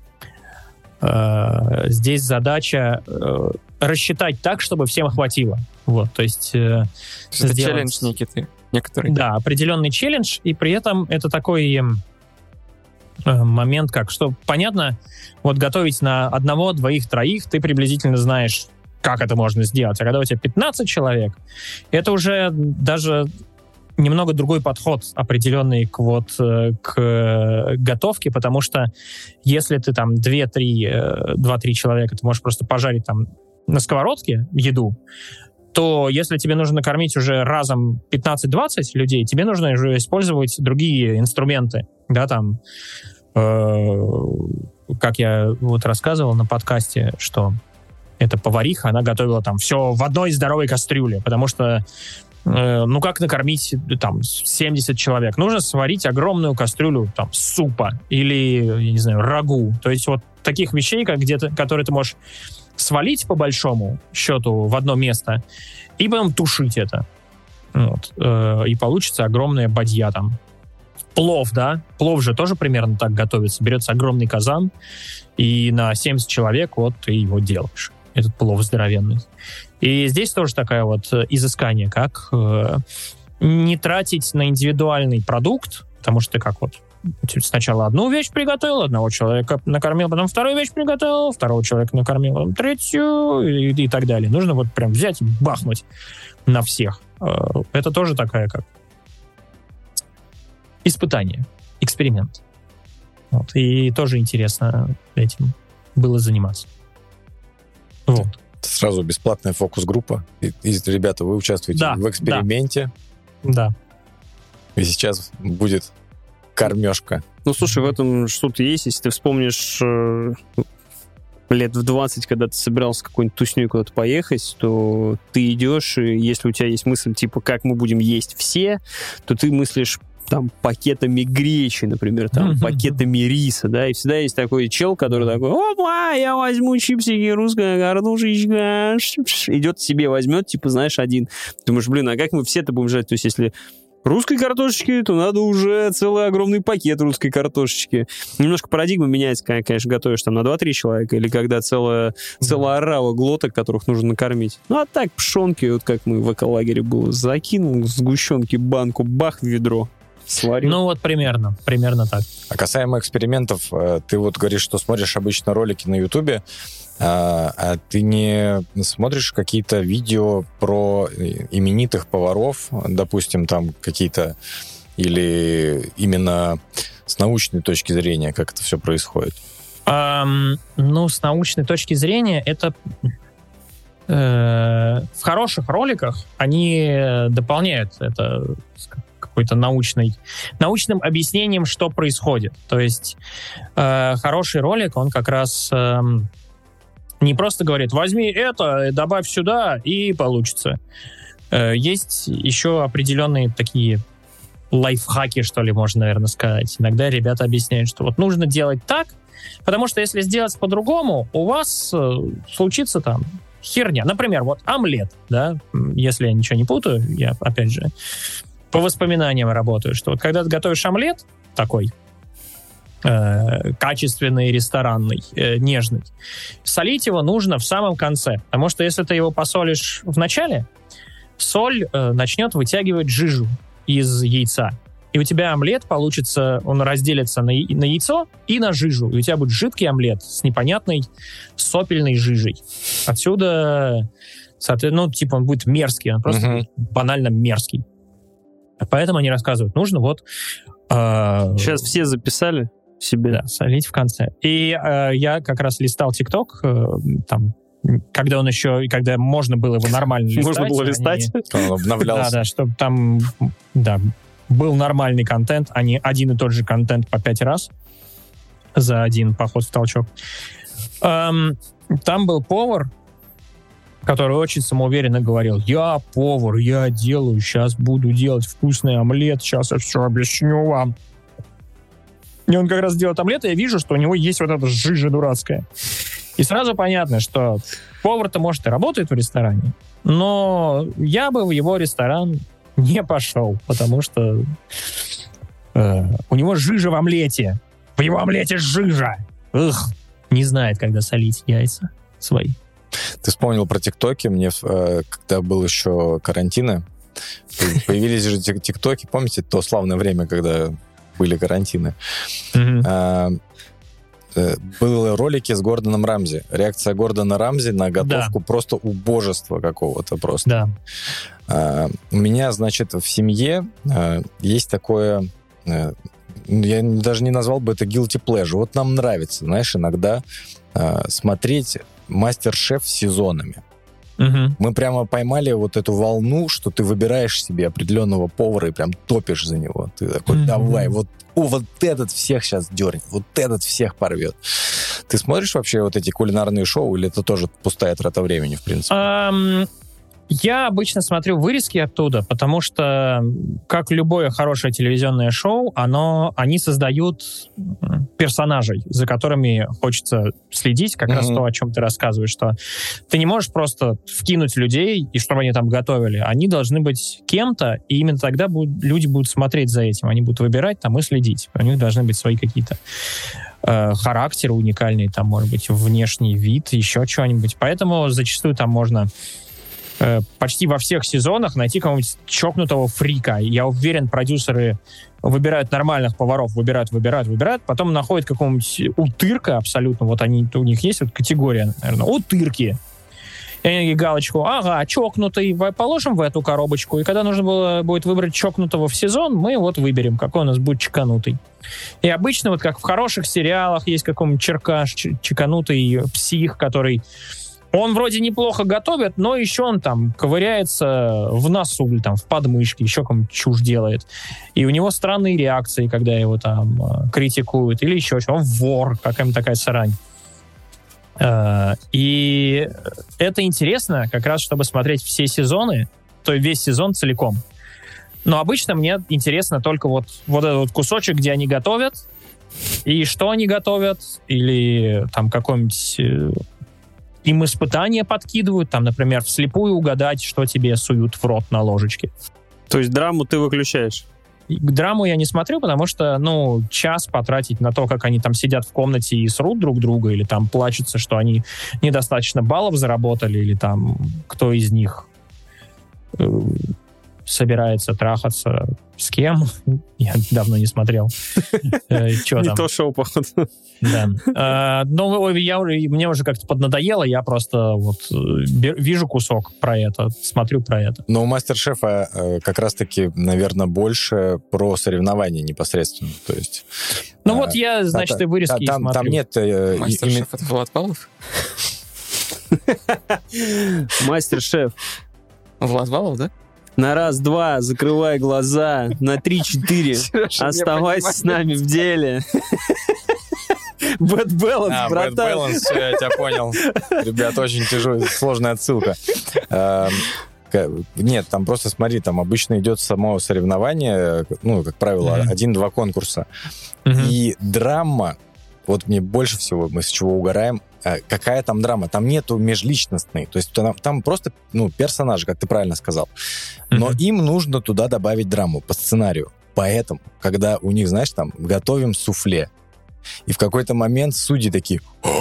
э, здесь задача э, рассчитать так, чтобы всем хватило. Вот, то есть... э, То есть это сделать- челлендж некий, некоторый. Да, определенный челлендж, и при этом это такой эм, э, момент, как, что понятно, вот готовить на одного, двоих, троих, ты приблизительно знаешь, как это можно сделать. А когда у тебя пятнадцать человек, это уже даже немного другой подход определенный к, вот, э, к э, готовке, потому что если ты там два-три человека, ты можешь просто пожарить там на сковородке еду, то если тебе нужно накормить уже разом пятнадцать-двадцать людей, тебе нужно уже использовать другие инструменты, да, там, э, как я вот рассказывал на подкасте, что эта повариха, она готовила там все в одной здоровой кастрюле, потому что, э, ну, как накормить там семьдесят человек? Нужно сварить огромную кастрюлю там супа или, я не знаю, рагу. То есть вот таких вещей, как где-то, которые ты можешь свалить по большому счету в одно место и потом тушить это. Вот. И получится огромная бадья там. Плов, да? Плов же тоже примерно так готовится. Берется огромный казан, и на семьдесят человек вот ты его делаешь. Этот плов здоровенный. И здесь тоже такое вот изыскание, как э, не тратить на индивидуальный продукт, потому что ты как вот сначала одну вещь приготовил, одного человека накормил, потом вторую вещь приготовил, второго человека накормил, потом третью и, и так далее. Нужно вот прям взять и бахнуть на всех. Это тоже такая как испытание, эксперимент. Вот. И тоже интересно этим было заниматься. Вот. Сразу бесплатная фокус-группа. И, и, ребята, вы участвуете да, в эксперименте. Да. И сейчас будет кормежка. Ну, слушай, в этом что-то есть. Если ты вспомнишь э, лет в двадцать, когда ты собирался какой-нибудь тусней куда-то поехать, то ты идешь, и если у тебя есть мысль, типа, как мы будем есть все, то ты мыслишь там пакетами гречи, например, там mm-hmm. пакетами риса, да, и всегда есть такой чел, который такой: опа, я возьму чипсики, русская картошечка, идет себе возьмет, типа, знаешь, один. Думаешь, блин, а как мы все-то будем жрать? То есть, если русской картошечки, то надо уже целый огромный пакет русской картошечки. Немножко парадигма меняется, когда, конечно, готовишь там на два-три человека, или когда целая, целая орава глоток, которых нужно накормить. Ну, а так, пшенки, вот как мы в эколагере было, закинул сгущенки банку, бах, в ведро. Сварил. Ну, вот примерно, примерно так. А касаемо экспериментов, ты вот говоришь, что смотришь обычно ролики на Ютубе, а, а ты не смотришь какие-то видео про именитых поваров, допустим, там какие-то, или именно с научной точки зрения, как это все происходит? Um, ну, с научной точки зрения, это э, в хороших роликах они дополняют это какой-то научной, научным объяснением, что происходит. То есть э, хороший ролик, он как раз э, не просто говорит: возьми это, добавь сюда, и получится. Э, есть еще определенные такие лайфхаки, что ли, можно, наверное, сказать. Иногда ребята объясняют, что вот нужно делать так, потому что если сделать по-другому, у вас э, случится там херня. Например, вот омлет, да, если я ничего не путаю, я, опять же, по воспоминаниям работаю, что вот когда ты готовишь омлет такой э, качественный, ресторанный, э, нежный, солить его нужно в самом конце, потому что если ты его посолишь в начале, соль э, начнет вытягивать жижу из яйца. И у тебя омлет получится, он разделится на, на яйцо и на жижу. И у тебя будет жидкий омлет с непонятной сопельной жижей. Отсюда, соответственно, ну, типа он будет мерзкий, он просто uh-huh. банально мерзкий. Поэтому они рассказывают, нужно вот... Э, Сейчас все записали себе. Да, солить в конце. И э, я как раз листал ТикТок, э, там, когда он еще, когда можно было его нормально листать. Можно было листать? Он обновлялся. Да, да, чтобы там, да, был нормальный контент, а не один и тот же контент по пять раз за один поход в толчок. Эм, там был повар, который очень самоуверенно говорил: я повар, я делаю, сейчас буду делать вкусный омлет, сейчас я все объясню вам. И он как раз делает омлет, и я вижу, что у него есть вот эта жижа дурацкая. И сразу понятно, что повар-то, может, и работает в ресторане, но я бы в его ресторан не пошел, потому что э, у него жижа в омлете. В его омлете жижа. Эх, не знает, когда солить яйца свои. Ты вспомнил про ТикТоки. Мне, когда был еще карантины, появились же ТикТоки. Помните то славное время, когда были карантины? Mm-hmm. Были ролики с Гордоном Рамзи. Реакция Гордона Рамзи на готовку да. просто убожества какого-то просто. Да. А, у меня, значит, в семье а, есть такое... А, я даже не назвал бы это guilty pleasure. Вот нам нравится, знаешь, иногда а, смотреть Мастер-шеф сезонами. Мгм. Мы прямо поймали вот эту волну, что ты выбираешь себе определенного повара и прям топишь за него. Ты такой, Мгм. давай, вот, о, вот этот всех сейчас дернет, вот этот всех порвет. Ты смотришь вообще вот эти кулинарные шоу, или это тоже пустая трата времени, в принципе? Ам, Я обычно смотрю вырезки оттуда, потому что, как любое хорошее телевизионное шоу, оно, они создают м, персонажей, за которыми хочется следить, как раз Мгм. то, о чем ты рассказываешь, что ты не можешь просто вкинуть людей, и чтобы они там готовили. Они должны быть кем-то, и именно тогда будут, люди будут смотреть за этим. Они будут выбирать там и следить. У них должны быть свои какие-то э, характеры уникальные, там, может быть, внешний вид, еще что-нибудь. Поэтому зачастую там можно э, почти во всех сезонах найти какого-нибудь чокнутого фрика. Я уверен, продюсеры выбирают нормальных поваров, выбирают, выбирают, выбирают, потом находят какого-нибудь утырка абсолютно, вот они, у них есть вот категория, наверное, утырки. И они такие галочку, ага, чокнутый, в- положим в эту коробочку, и когда нужно было, будет выбрать чокнутого в сезон, мы вот выберем, какой у нас будет чеканутый. И обычно, вот как в хороших сериалах, есть какой-нибудь черкаш, ч- чеканутый псих, который он вроде неплохо готовит, но еще он там ковыряется в носу, или там в подмышке, еще какую-нибудь чушь делает. И у него странные реакции, когда его там э, критикуют, или еще что. Он вор, какая-нибудь такая срань. Э, И это интересно, как раз чтобы смотреть все сезоны, то есть весь сезон целиком. Но обычно мне интересно только вот, вот этот вот кусочек, где они готовят, и что они готовят, или там какой-нибудь... э, им испытания подкидывают, там, например, вслепую угадать, что тебе суют в рот на ложечке. То есть драму ты выключаешь? И драму я не смотрю, потому что, ну, час потратить на то, как они там сидят в комнате и срут друг друга, или там плачутся, что они недостаточно баллов заработали, или там кто из них э, собирается трахаться с кем. Я давно не смотрел. Э, Чё Не там? то шоу, походу. Да. А, но я, уже- мне уже как-то поднадоело, я просто вот э, бе- вижу кусок про это, смотрю про это. Но у Мастер-шефа э, как раз-таки, наверное, больше про соревнования непосредственно. То есть... Ну а, вот я, значит, та- и вырезки и там, смотрю. там нет... э, и- Мастер-шеф — это Влад Павлов? Мастер-шеф. Влад Павлов, да? На раз-два закрывай глаза, на три-четыре Сережа, не оставайся с понимает. нами в деле. Bad balance, А, Bad братан. Balance, всё, я тебя понял. Ребят, очень тяжелая, сложная отсылка. Эм, к- Нет, там просто смотри, там обычно идет само соревнование, ну, как правило, Мгм. один-два конкурса. Мгм. И драма, вот мне больше всего, мы с чего угораем, э, какая там драма? Там нету межличностной. То есть там, там просто, ну, персонажи, как ты правильно сказал. Но Мгм. им нужно туда добавить драму по сценарию. Поэтому, когда у них, знаешь, там, готовим суфле, и в какой-то момент судьи такие...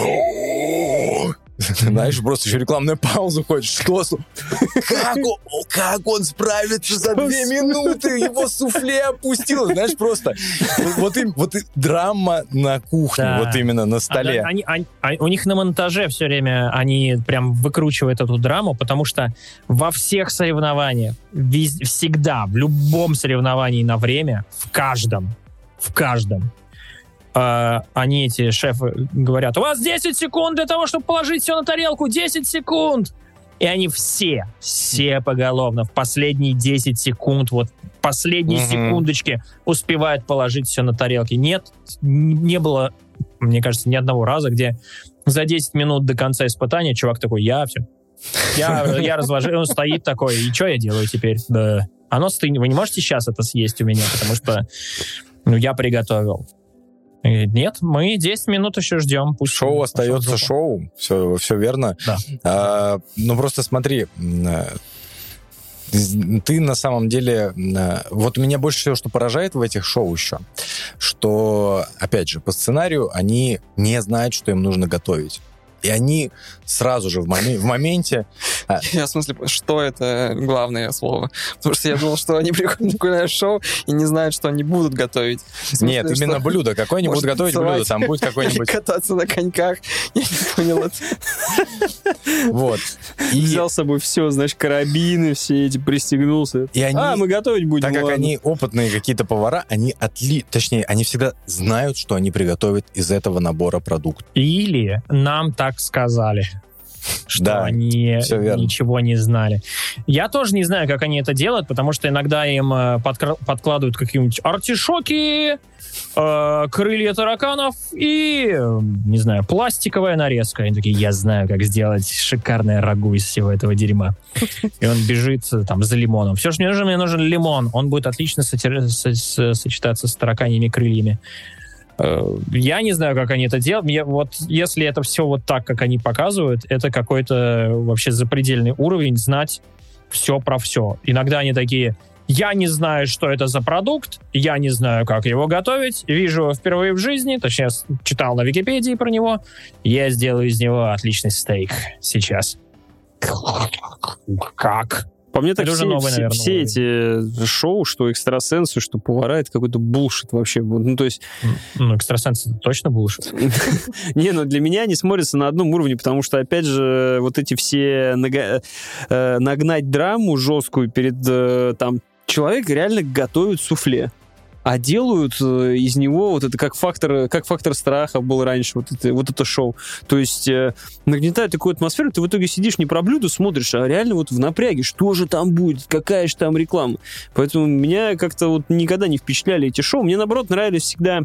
Знаешь, просто еще рекламная пауза ходит. Что? с- Как он, как он справится за две минуты? Его суфле опустило. Знаешь, просто вот, им, вот и драма на кухне, Да. вот именно на А, столе. да, они- они- а- у них на монтаже все время они прям выкручивают эту драму, потому что во всех соревнованиях, вез- всегда, в любом соревновании на время, в каждом, в каждом, э, они, эти шефы, говорят, у вас десять секунд для того, чтобы положить все на тарелку, десять секунд! И они все, все поголовно в последние десять секунд, вот последние Мгм. секундочки успевают положить все на тарелки. Нет, н- не было, мне кажется, ни одного раза, где за десять минут до конца испытания чувак такой, я все, я, я разложил, он стоит такой, и что я делаю теперь? Да. Оно стынет, вы не можете сейчас это съесть у меня, потому что ну, я приготовил. И говорит, нет, мы десять минут еще ждем. Пусть Шоу он остается пошел в жопу. шоу, все, все верно. Да. А, ну, просто смотри, м, э, ты на самом деле... э, Вот меня больше всего, что поражает в этих шоу еще, что, опять же, по сценарию они не знают, что им нужно готовить. И они сразу же в, моме- в моменте... а, Я в смысле, что это главное слово? Потому что я думал, что они приходят на кулинарное шоу и не знают, что они будут готовить. В смысле, Нет, именно что блюдо. Какое-нибудь может готовить танцевать блюдо. Там будет или какой-нибудь... кататься на коньках. Я не понял это. Вот. И, Взял с собой все, знаешь, карабины все эти, пристегнулся. и они... А, мы готовить будем, Так как ладно. они опытные какие-то повара, они отли... Точнее, они всегда знают, что они приготовят из этого набора продуктов. Или нам так сказали. что Да, они всё верно. ничего не знали. Я тоже не знаю, как они это делают, потому что иногда им э, подкра- подкладывают какие-нибудь артишоки, э, крылья тараканов и, э, не знаю, пластиковая нарезка. Они такие, я знаю, как сделать шикарное рагу из всего этого дерьма. И он бежит э, там за лимоном. Все, что мне нужно, мне нужен лимон. Он будет отлично сочи- со- со- сочетаться с тараканьими крыльями. Я не знаю, как они это делают. Я, вот, если это все вот так, как они показывают, это какой-то вообще запредельный уровень знать все про все. Иногда они такие, я не знаю, что это за продукт, я не знаю, как его готовить, вижу его впервые в жизни, точнее, читал на Википедии про него, я сделаю из него отличный стейк сейчас. Как? По мне так Это уже все, новый, все, наверное, все эти шоу, что экстрасенсы, что повара, это какой-то булшит вообще. Ну, то есть... Ну, экстрасенсы точно булшит. Не, ну для меня они смотрятся на одном уровне, потому что, опять же, вот эти все нага- э, нагнать драму жесткую перед э, там человек реально готовит суфле. А делают э, из него вот это как фактор, как фактор страха был раньше, вот это, вот это шоу. То есть э, нагнетают такую атмосферу, ты в итоге сидишь не про блюдо смотришь, а реально вот в напряге, что же там будет, какая же там реклама. Поэтому меня как-то вот никогда не впечатляли эти шоу. Мне, наоборот, нравились всегда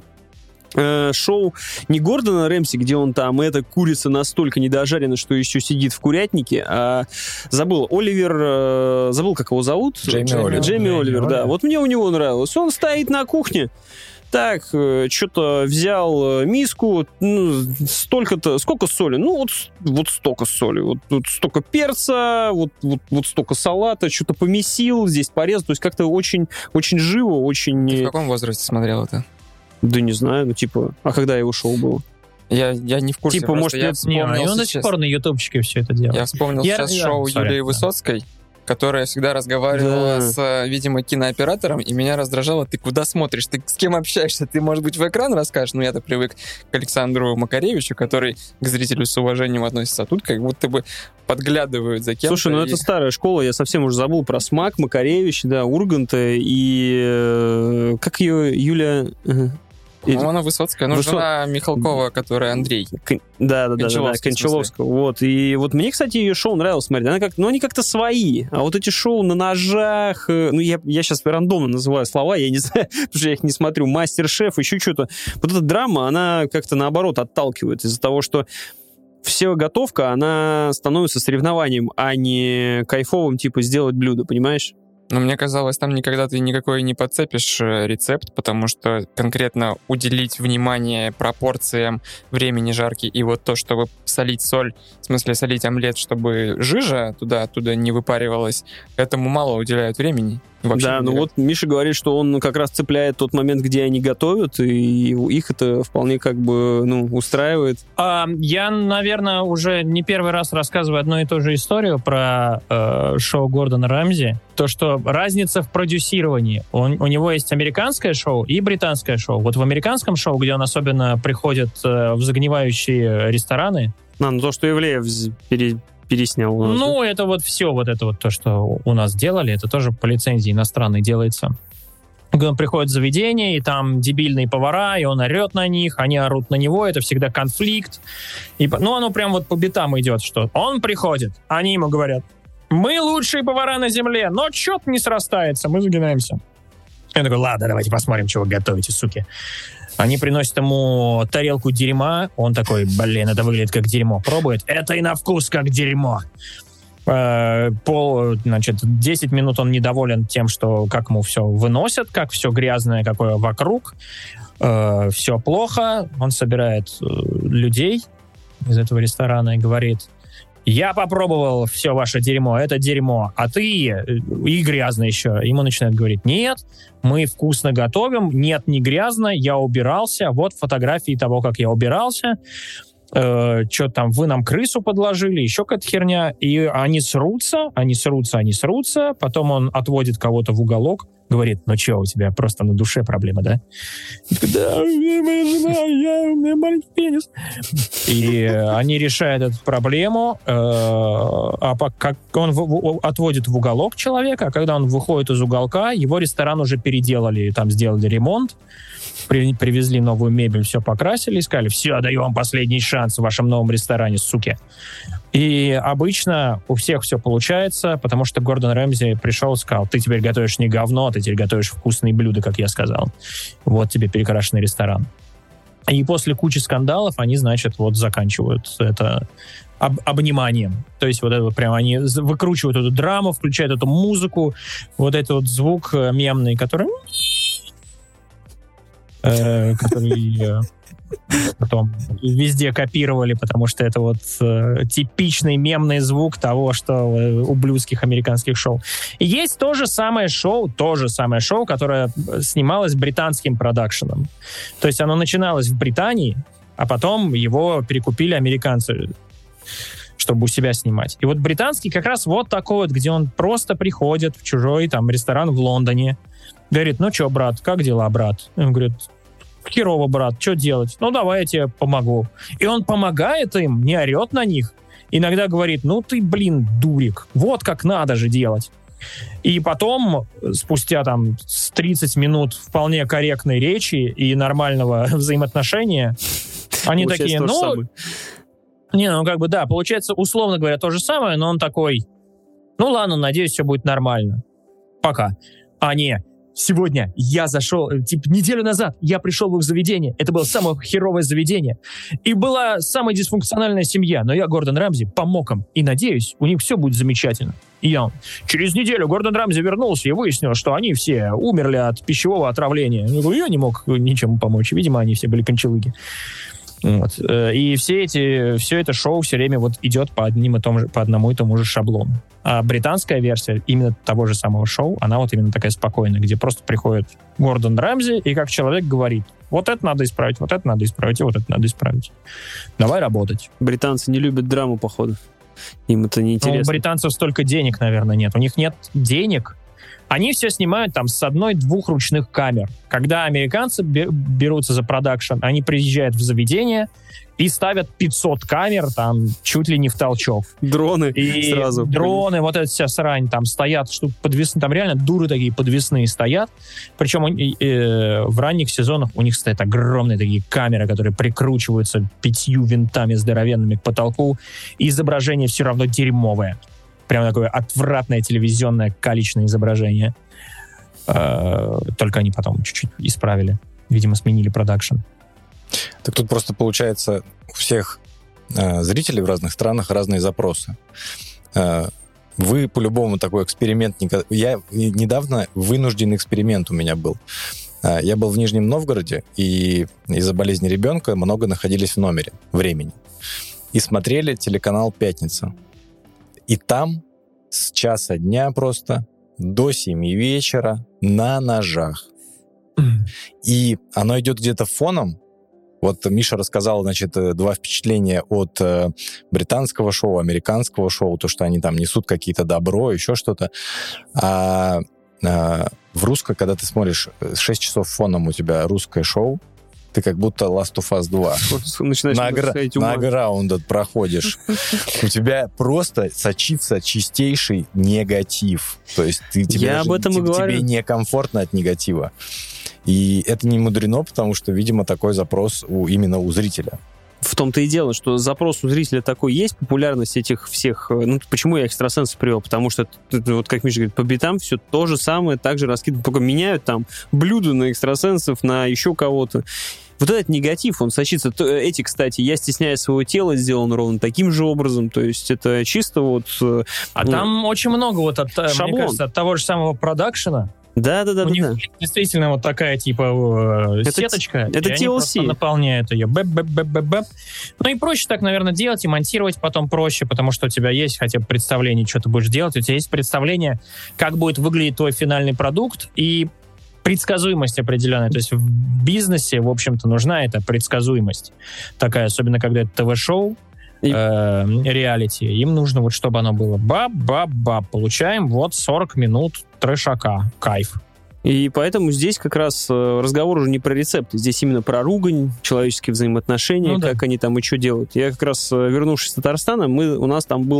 э, шоу не Гордона Рэмси, где он там, эта курица настолько недожарена, что еще сидит в курятнике, а забыл, Оливер, э, забыл, как его зовут? Джейми Джейми Оливер. Джейми Джейми Оливер, да. Оливер. Вот мне у него нравилось. Он стоит на кухне, так, э, что-то взял э, миску, ну, столько-то, сколько соли? Ну, вот, с- вот столько соли, вот, вот столько перца, вот, вот, вот столько салата, что-то помесил, здесь порезал, то есть как-то очень, очень живо, очень... Ты в э, каком возрасте смотрел это? Да не знаю, ну, типа, а когда его шоу было? Я, я не в курсе. Типа, просто может, я лет- Не, вспомнил и он до сейчас, сих пор на ютубчике все это делает. я вспомнил Я- сейчас я- шоу sorry, Юлии да. Высоцкой, которая всегда разговаривала Да. с, э, видимо, кинооператором, и меня раздражало, ты куда смотришь, ты с кем общаешься, ты, может быть, в экран расскажешь, ну, я-то привык к Александру Макаревичу, который к зрителю с уважением относится, а тут как будто бы подглядывают за кем-то. Слушай, ну и- это старая школа, я совсем уже забыл про Смак, Макаревич, да, Урганта и... э, как ее Юля... э, По-моему, она Высоцкая, ну, Высо- жена Михалкова, которая Андрей. Кон- Да, да, да, да, да, Кончаловского, в Кончаловского. Вот. И вот мне, кстати, ее шоу нравилось смотреть. Она как, ну, они как-то свои. А вот эти шоу на ножах, э, ну, я, я сейчас рандомно называю слова, я не знаю, потому что я их не смотрю. Мастер-шеф, еще что-то. Вот эта драма, она как-то наоборот отталкивает из-за того, что вся готовка, она становится соревнованием, а не кайфовым, типа, сделать блюдо, понимаешь? Но мне казалось, там никогда ты никакой не подцепишь э, рецепт, потому что конкретно уделить внимание пропорциям времени жарки и вот то, чтобы солить соль, в смысле солить омлет, чтобы жижа туда-оттуда не выпаривалась, этому мало уделяют времени. Вообще Да, не ну уделяют. вот Миша говорит, что он как раз цепляет тот момент, где они готовят, и их это вполне как бы, ну, устраивает. А, я, наверное, уже не первый раз рассказываю одну и ту же историю про э, шоу Гордона Рамзи. То, что разница в продюсировании. Он, у него есть американское шоу и британское шоу. Вот в американском шоу, где он особенно приходит э, в загнивающие рестораны, А, ну то, что Ивлеев з- пере- переснял. у нас, да? ну, это вот все, вот это вот то, что у нас делали, это тоже по лицензии иностранной делается. Когда он приходит в заведение, и там дебильные повара, и он орет на них, они орут на него, это всегда конфликт. И, по- ну, оно прям вот по битам идет, что он приходит, они ему говорят, мы лучшие повара на земле, но что-то не срастается, мы загинаемся. Я такой, ладно, давайте посмотрим, что вы готовите, суки. Они приносят ему тарелку дерьма, он такой, блин, это выглядит как дерьмо. Пробует, это и на вкус как дерьмо. Э, Пол, значит, десять минут он недоволен тем, что как ему все выносят, как все грязное, какое вокруг. Э, все плохо. Он собирает э, людей из этого ресторана и говорит, я попробовал все ваше дерьмо, это дерьмо, а ты э, и грязно еще. Ему начинают говорить, нет, мы вкусно готовим, нет, не грязно, я убирался, вот фотографии того, как я убирался. Э, что там, вы нам крысу подложили, еще какая-то херня. И они срутся, они срутся, они срутся. Потом он отводит кого-то в уголок, говорит, ну что, у тебя просто на душе проблема, да? И такой, да, у меня моя жена, я, у меня маленький пенис. И они решают эту проблему, э, а по- как он в- в- отводит в уголок человека, а когда он выходит из уголка, его ресторан уже переделали, там сделали ремонт, при- привезли новую мебель, все покрасили и сказали, все, даю вам последний шанс в вашем новом ресторане, суки. И обычно у всех все получается, потому что Гордон Рэмзи пришел и сказал: ты теперь готовишь не говно, ты теперь готовишь вкусные блюда, как я сказал. Вот тебе перекрашенный ресторан. И после кучи скандалов они, значит, вот заканчивают это об, обниманием. То есть вот это вот прям они выкручивают эту драму, включают эту музыку, вот этот вот звук мемный, который... Э, который... потом везде копировали, потому что это вот э, типичный мемный звук того, что э, у блюзских американских шоу. И есть то же самое шоу, то же самое шоу, которое снималось британским продакшеном. То есть оно начиналось в Британии, а потом его перекупили американцы, чтобы у себя снимать. И вот британский как раз вот такой вот, где он просто приходит в чужой там ресторан в Лондоне, говорит: ну что, брат, как дела, брат? И он говорит: херово, брат, что делать? Ну, давай я тебе помогу. И он помогает им, не орет на них. Иногда говорит: ну ты, блин, дурик, вот как надо же делать. И потом, спустя там тридцать минут вполне корректной речи и нормального взаимоотношения, они такие: ну... Не, ну как бы да, получается, условно говоря, то же самое, но он такой: ну ладно, надеюсь, все будет нормально. Пока. А не... Сегодня я зашел, типа, неделю назад я пришел в их заведение. Это было самое херовое заведение. И была самая дисфункциональная семья. Но я, Гордон Рамзи, помог им. И надеюсь, у них все будет замечательно. И я... Через неделю Гордон Рамзи вернулся и выяснил, что они все умерли от пищевого отравления. Я не мог ничем помочь. Видимо, они все были кончалыги. Вот. И все эти, все это шоу все время вот идет по, одним и том же, по одному и тому же шаблону. А британская версия именно того же самого шоу, она вот именно такая спокойная, где просто приходит Гордон Рамзи и как человек говорит: вот это надо исправить, вот это надо исправить, и вот это надо исправить. Давай работать. Британцы не любят драму, походу. Им это неинтересно. Ну, у британцев столько денег, наверное, нет. У них нет денег. Они все снимают там с одной-двух ручных камер. Когда американцы берутся за продакшн, они приезжают в заведение и ставят пятьсот камер там чуть ли не в толчок. Дроны и сразу. Дроны, вот эта вся срань, там стоят, штук подвесные, там реально дуры такие подвесные стоят. Причем э, в ранних сезонах у них стоят огромные такие камеры, которые прикручиваются пятью винтами здоровенными к потолку, и изображение все равно дерьмовое. Прям такое отвратное телевизионное калечное изображение. Э-э- только они потом чуть-чуть исправили. Видимо, сменили продакшн. Так тут просто получается у всех э, зрителей в разных странах разные запросы. Э, вы по-любому такой эксперимент... Не... Я недавно вынужденный эксперимент у меня был. Э, я был в Нижнем Новгороде, и из-за болезни ребенка много находились в номере времени. И смотрели телеканал «Пятница». И там с часа дня просто до семи вечера на ножах. И оно идет где-то фоном. Вот Миша рассказал, значит, два впечатления от э, британского шоу, американского шоу, то, что они там несут какие-то добро, еще что-то. А, а в русском, когда ты смотришь шесть часов фоном у тебя русское шоу, ты как будто Last of Us два. На, гра- на граунд проходишь. У тебя просто сочится чистейший негатив. То есть ты, тебе, Я об этом и тебе, говорю. тебе некомфортно от негатива. И это не мудрено, потому что, видимо, такой запрос у, именно у зрителя. В том-то и дело, что запрос у зрителя такой есть, популярность этих всех... Ну, почему я экстрасенсов привел? Потому что, вот как Миша говорит, по битам все то же самое, так же раскидывают, только меняют там блюда на экстрасенсов, на еще кого-то. Вот этот негатив, он сочится... Эти, кстати, «Я стесняюсь своего тела» сделан ровно таким же образом, то есть это чисто вот... А ну, там очень много вот от, мне кажется, от того же самого продакшена. Да-да-да. У них да. действительно вот такая типа это, сеточка, это и ти эл си. Они наполняют ее. Бэп-бэп-бэп-бэп. Ну и проще так, наверное, делать, и монтировать потом проще, потому что у тебя есть хотя бы представление, что ты будешь делать, у тебя есть представление, как будет выглядеть твой финальный продукт, и предсказуемость определенная. То есть в бизнесе, в общем-то, нужна эта предсказуемость. Такая, особенно когда это ТВ-шоу, и... э, реалити. Им нужно вот, чтобы оно было баб-баб-баб. Получаем вот сорок минут трэшака. Кайф. И поэтому здесь как раз разговор уже не про рецепты. Здесь именно про ругань, человеческие взаимоотношения, ну, как да. они там и что делают. Я как раз, вернувшись с Татарстана, мы, у нас там было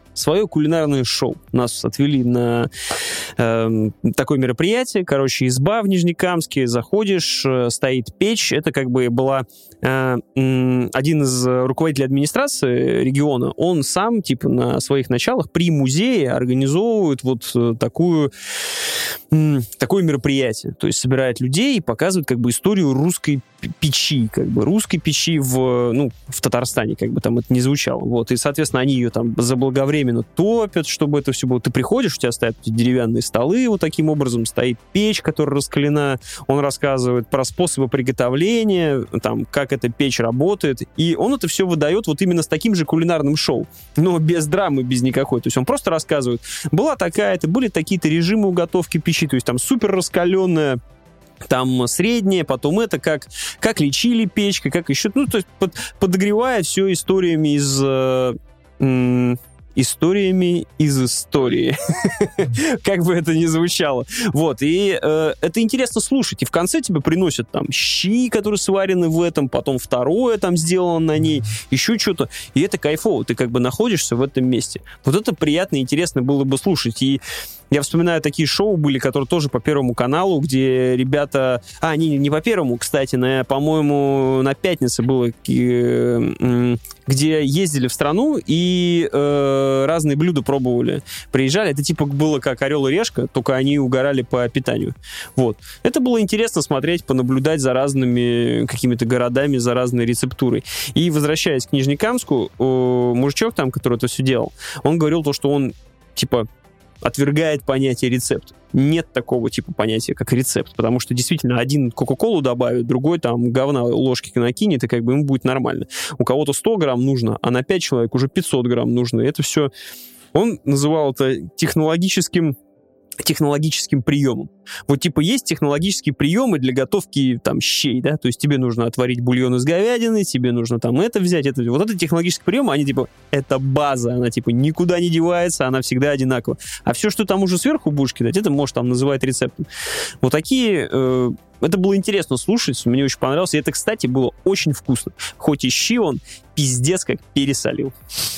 свое кулинарное шоу. Нас отвели на э, такое мероприятие, короче, изба в Нижнекамске, заходишь, э, стоит печь, это как бы была э, э, один из руководителей администрации региона, он сам, типа, на своих началах при музее организовывает вот такую, э, такое мероприятие, то есть собирает людей и показывает как бы историю русской печи, как бы русской печи в, ну, в Татарстане, как бы там это не звучало, вот, и, соответственно, они ее там заблаговременно топят, чтобы это все было. Ты приходишь, у тебя стоят эти деревянные столы, вот таким образом стоит печь, которая раскалена, он рассказывает про способы приготовления, там, как эта печь работает, и он это все выдает вот именно с таким же кулинарным шоу, но без драмы, без никакой, то есть он просто рассказывает, была такая-то, были такие-то режимы уготовки печи, то есть там супер раскаленная, там среднее, потом это, как, как лечили печка, как еще, ну, то есть под, подогревая все историями из... Э, м- историями из истории. Как бы это ни звучало. Вот, и э, это интересно слушать. И в конце тебе приносят там щи, которые сварены в этом, потом второе там сделано на ней, еще что-то. И это кайфово. Ты как бы находишься в этом месте. Вот это приятно и интересно было бы слушать. И я вспоминаю, такие шоу были, которые тоже по Первому каналу, где ребята... А, не, не по Первому, кстати, на, по-моему, на Пятнице было, где ездили в страну и э, разные блюда пробовали. Приезжали, это типа было как «Орел и решка», только они угорали по питанию. Вот. Это было интересно смотреть, понаблюдать за разными какими-то городами, за разной рецептурой. И, возвращаясь к Нижнекамску, мужичок там, который это все делал, он говорил то, что он, типа, отвергает понятие рецепт. Нет такого типа понятия, как рецепт, потому что действительно один Кока-Колу добавит, другой там говна ложки накинет, и как бы ему будет нормально. У кого-то сто грамм нужно, а на пять человек уже пятьсот грамм нужно. И это все... Он называл это технологическим технологическим приемом. Вот типа есть технологические приемы для готовки там щей, да, то есть тебе нужно отварить бульон из говядины, тебе нужно там это взять, это вот это технологические приемы, они типа, это база, она типа никуда не девается, она всегда одинакова. А все, что там уже сверху будешь кидать, это можешь там называть рецептом. Вот такие... Э, это было интересно слушать, мне очень понравилось, и это, кстати, было очень вкусно. Хоть и щи он пиздец как пересолил.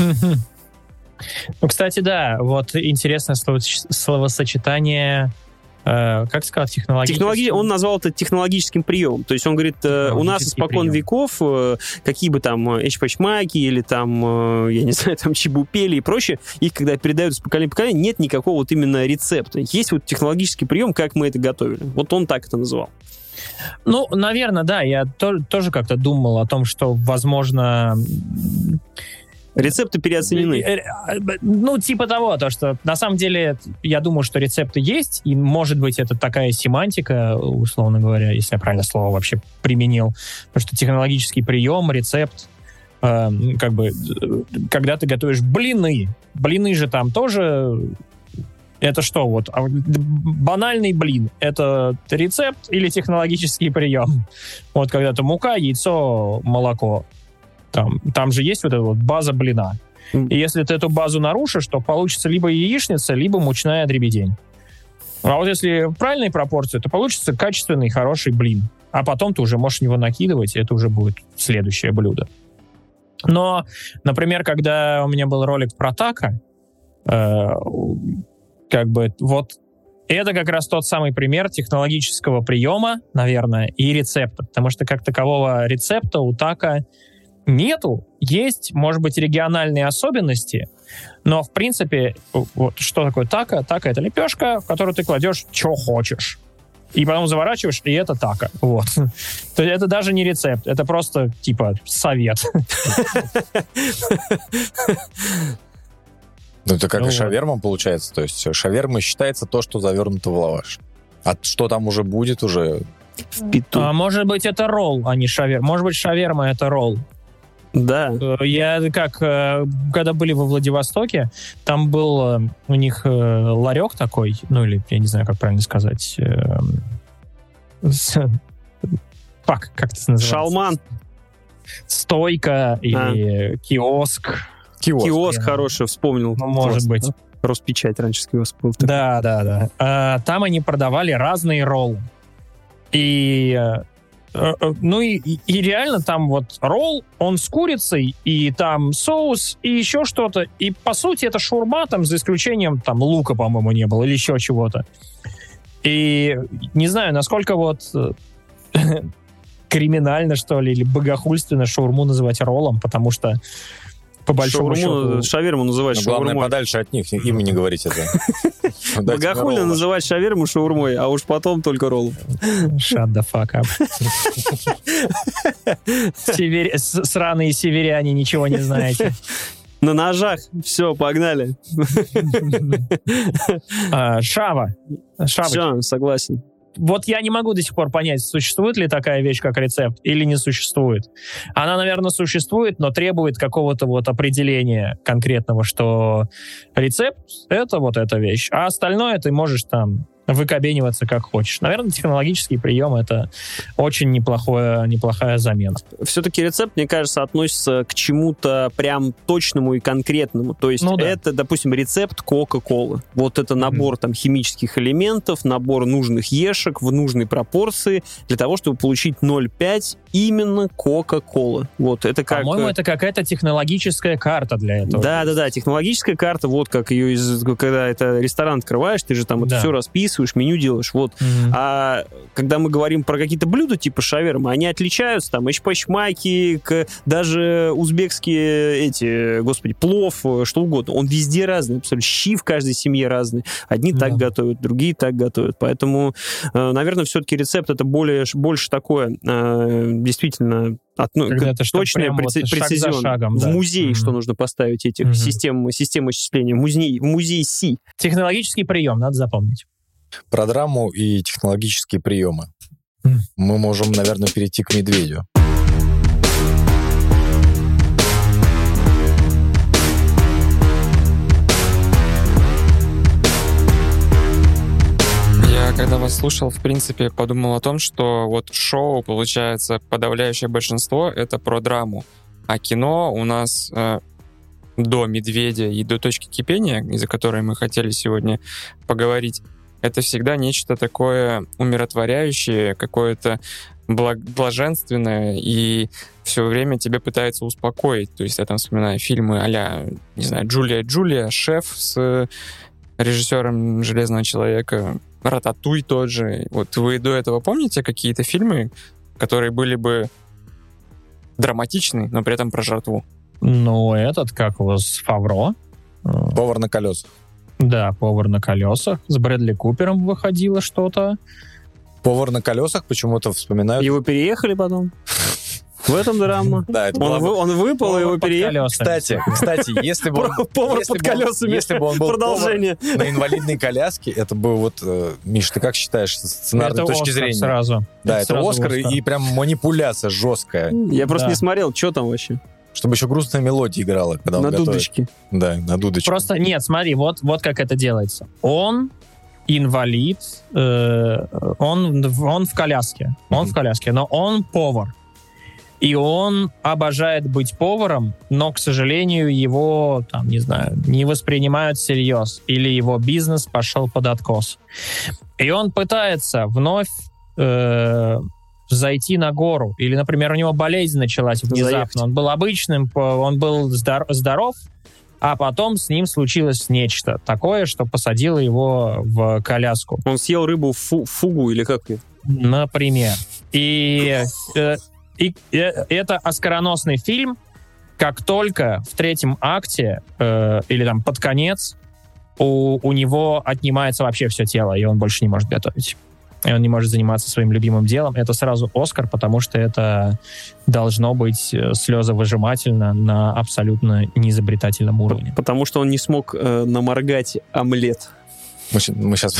Ну, кстати, да, вот интересное слово, словосочетание, э, как сказать, технологический... Технологи... Он назвал это технологическим приемом. То есть он говорит, э, у нас испокон прием. веков, э, какие бы там эчпачмаки или там, э, я не знаю, там чебупели и прочее, их когда передают из поколения в поколение, нет никакого вот именно рецепта. Есть вот технологический прием, как мы это готовили. Вот он так это называл. Ну, наверное, да, я то, тоже как-то думал о том, что, возможно... Рецепты переоценены. Ну, типа того, то, что на самом деле я думаю, что рецепты есть, и может быть это такая семантика, условно говоря, если я правильно слово вообще применил, потому что технологический прием, рецепт, э, как бы, когда ты готовишь блины, блины же там тоже, это что, вот, банальный блин, это рецепт или технологический прием? Вот когда-то мука, яйцо, молоко. Там, там же есть вот эта вот база блина. И если ты эту базу нарушишь, то получится либо яичница, либо мучная дребедень. А вот если правильные пропорции, то получится качественный, хороший блин. А потом ты уже можешь в него накидывать, и это уже будет следующее блюдо. Но, например, когда у меня был ролик про тако, э, как бы вот это как раз тот самый пример технологического приема, наверное, и рецепта. Потому что как такового рецепта у тако нету. Есть, может быть, региональные особенности, но, в принципе, вот что такое тако? Тако — это лепешка, в которую ты кладешь, что хочешь. И потом заворачиваешь, и это тако. Вот. То есть это даже не рецепт, это просто, типа, совет. Ну, это как и шаверма получается. То есть шаверма считается то, что завернуто в лаваш. А что там уже будет, уже... А может быть, это ролл, а не шаверма. Может быть, шаверма — это ролл. Да. Я как, когда были во Владивостоке, там был у них ларек такой, ну или, я не знаю, как правильно сказать, пак, как это называется? Шалман. Стойка или а. киоск. Киоск, киоск я... хороший, вспомнил. Ну, может быть. Роспечать раньше киоск был. Такой. Да, да, да. А, там они продавали разные роллы. И Ну и, и, и реально там вот ролл, он с курицей, и там соус, и еще что-то. И по сути это шаурма, там, за исключением там лука, по-моему, не было, или еще чего-то. И не знаю, насколько вот криминально, что ли, или богохульственно шаурму называть роллом, потому что по большому шаурму, счету... Шаверму называть Но шаурмой. главное, подальше от них, им не говорить это. Богохульно называть шаверму шаурмой, а уж потом только ролл. Shut the fuck up. Север... Сраные северяне, ничего не знаете. На ножах. Все, погнали. Шава. Шава. Все, согласен. Вот я не могу до сих пор понять, существует ли такая вещь, как рецепт, или не существует. Она, наверное, существует, но требует какого-то вот определения конкретного, что рецепт — это вот эта вещь, а остальное ты можешь там выкобениваться как хочешь. Наверное, технологический прием — это очень неплохое, неплохая замена. Все-таки рецепт, мне кажется, относится к чему-то прям точному и конкретному. То есть ну, да. это, допустим, рецепт Кока-Колы. Вот это набор mm-hmm. там химических элементов, набор нужных ешек в нужной пропорции для того, чтобы получить ноль целых пять десятых именно Кока-Колы. Вот это как... По-моему, это какая-то технологическая карта для этого. Да-да-да, технологическая карта, вот как ее, из, когда это ресторан открываешь, ты же там да. это все расписываешь, меню делаешь, вот. Mm-hmm. А когда мы говорим про какие-то блюда типа шавермы, они отличаются, там, эчпачмаки, даже узбекские эти, господи, плов, что угодно, он везде разный, абсолютно. Щи в каждой семье разные. Одни mm-hmm. так готовят, другие так готовят. Поэтому, наверное, все-таки рецепт это более, больше такое, действительно, Отну, точная преци- вот прецизион. Шагом, в да. музей, mm-hmm. что нужно поставить этих mm-hmm. систем, систем исчисления. В музей, в музей Си. Технологический прием, надо запомнить. Про драму и технологические приемы. Mm. Мы можем, наверное, перейти к медведю. Когда вас слушал, в принципе, подумал о том, что вот шоу, получается, подавляющее большинство — это про драму. А кино у нас э, до «Медведя» и до «Точки кипения», из-за которой мы хотели сегодня поговорить, это всегда нечто такое умиротворяющее, какое-то блаженственное, и все время тебя пытается успокоить. То есть я там вспоминаю фильмы а-ля, не знаю, «Джулия Джулия», «Шеф» с режиссером «Железного человека», «Рататуй» тот же. Вот вы до этого помните какие-то фильмы, которые были бы драматичны, но при этом про жратву? Ну, этот, как у вас, Фавро. «Повар на колесах». Да, «Повар на колесах». С Брэдли Купером выходило что-то. «Повар на колесах» почему-то вспоминают... Его переехали потом. В этом драма. Да, это он, вы, он выпал, и его переехали. Кстати, кстати, если бы он... Повар если под бы он, колесами. Если бы он был продолжение. на инвалидной коляске, это бы вот... Э, Миш, ты как считаешь с сценарной это точки Оскар зрения? Сразу. Да, это, это сразу Оскар, Оскар, и прям манипуляция жесткая. Я просто да. не смотрел, что там вообще. Чтобы еще грустная мелодия играла, когда он на готовит. дудочке. Да, на дудочке. Просто, нет, смотри, вот, вот как это делается. Он инвалид, э, он, он в коляске, он mm-hmm. в коляске, но он повар. И он обожает быть поваром, но, к сожалению, его, там, не знаю, не воспринимают всерьез. Или его бизнес пошел под откос. И он пытается вновь э, зайти на гору. Или, например, у него болезнь началась внезапно. Заехать. Он был обычным, он был здор- здоров, а потом с ним случилось нечто такое, что посадило его в коляску. Он съел рыбу фу- фугу или как ее? Например. И... Э, И это оскароносный фильм, как только в третьем акте э, или там под конец у, у него отнимается вообще все тело, и он больше не может готовить. И он не может заниматься своим любимым делом. Это сразу Оскар, потому что это должно быть слезовыжимательно на абсолютно неизобретательном уровне. Потому что он не смог э, наморгать омлет. Мы, мы сейчас...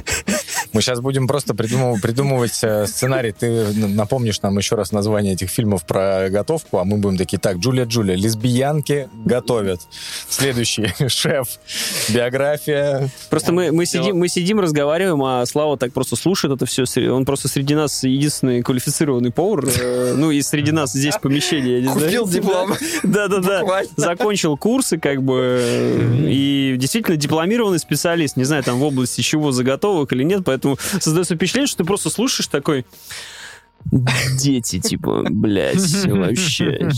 Мы сейчас будем просто придумывать, придумывать сценарий. Ты напомнишь нам еще раз название этих фильмов про готовку, а мы будем такие: так, Джулия Джулия, лесбиянки готовят. Следующий шеф, биография. Просто мы, мы, сидим, мы сидим, разговариваем, а Слава так просто слушает это все. Он просто среди нас единственный квалифицированный повар. Ну, и среди нас здесь в помещении, я не знаю. Купил диплом. Да-да-да. Закончил курсы, как бы, и действительно дипломированный специалист. Не знаю, там в области чего заготовок или нет, поэтому Поэтому создается впечатление, что ты просто слушаешь такой: Дети, типа, блядь, вообще.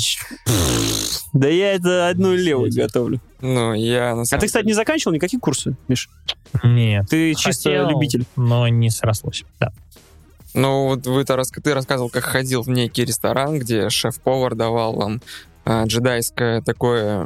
Да я это одной левой готовлю. Ну, я на А самом ты, кстати, деле- не заканчивал никакие курсы, Миш? Нет. Ты чисто Хотел, любитель. но не срослось. Да. Ну, вот вы-то рас- ты рассказывал, как ходил в некий ресторан, где шеф-повар давал вам а, джедайское такое,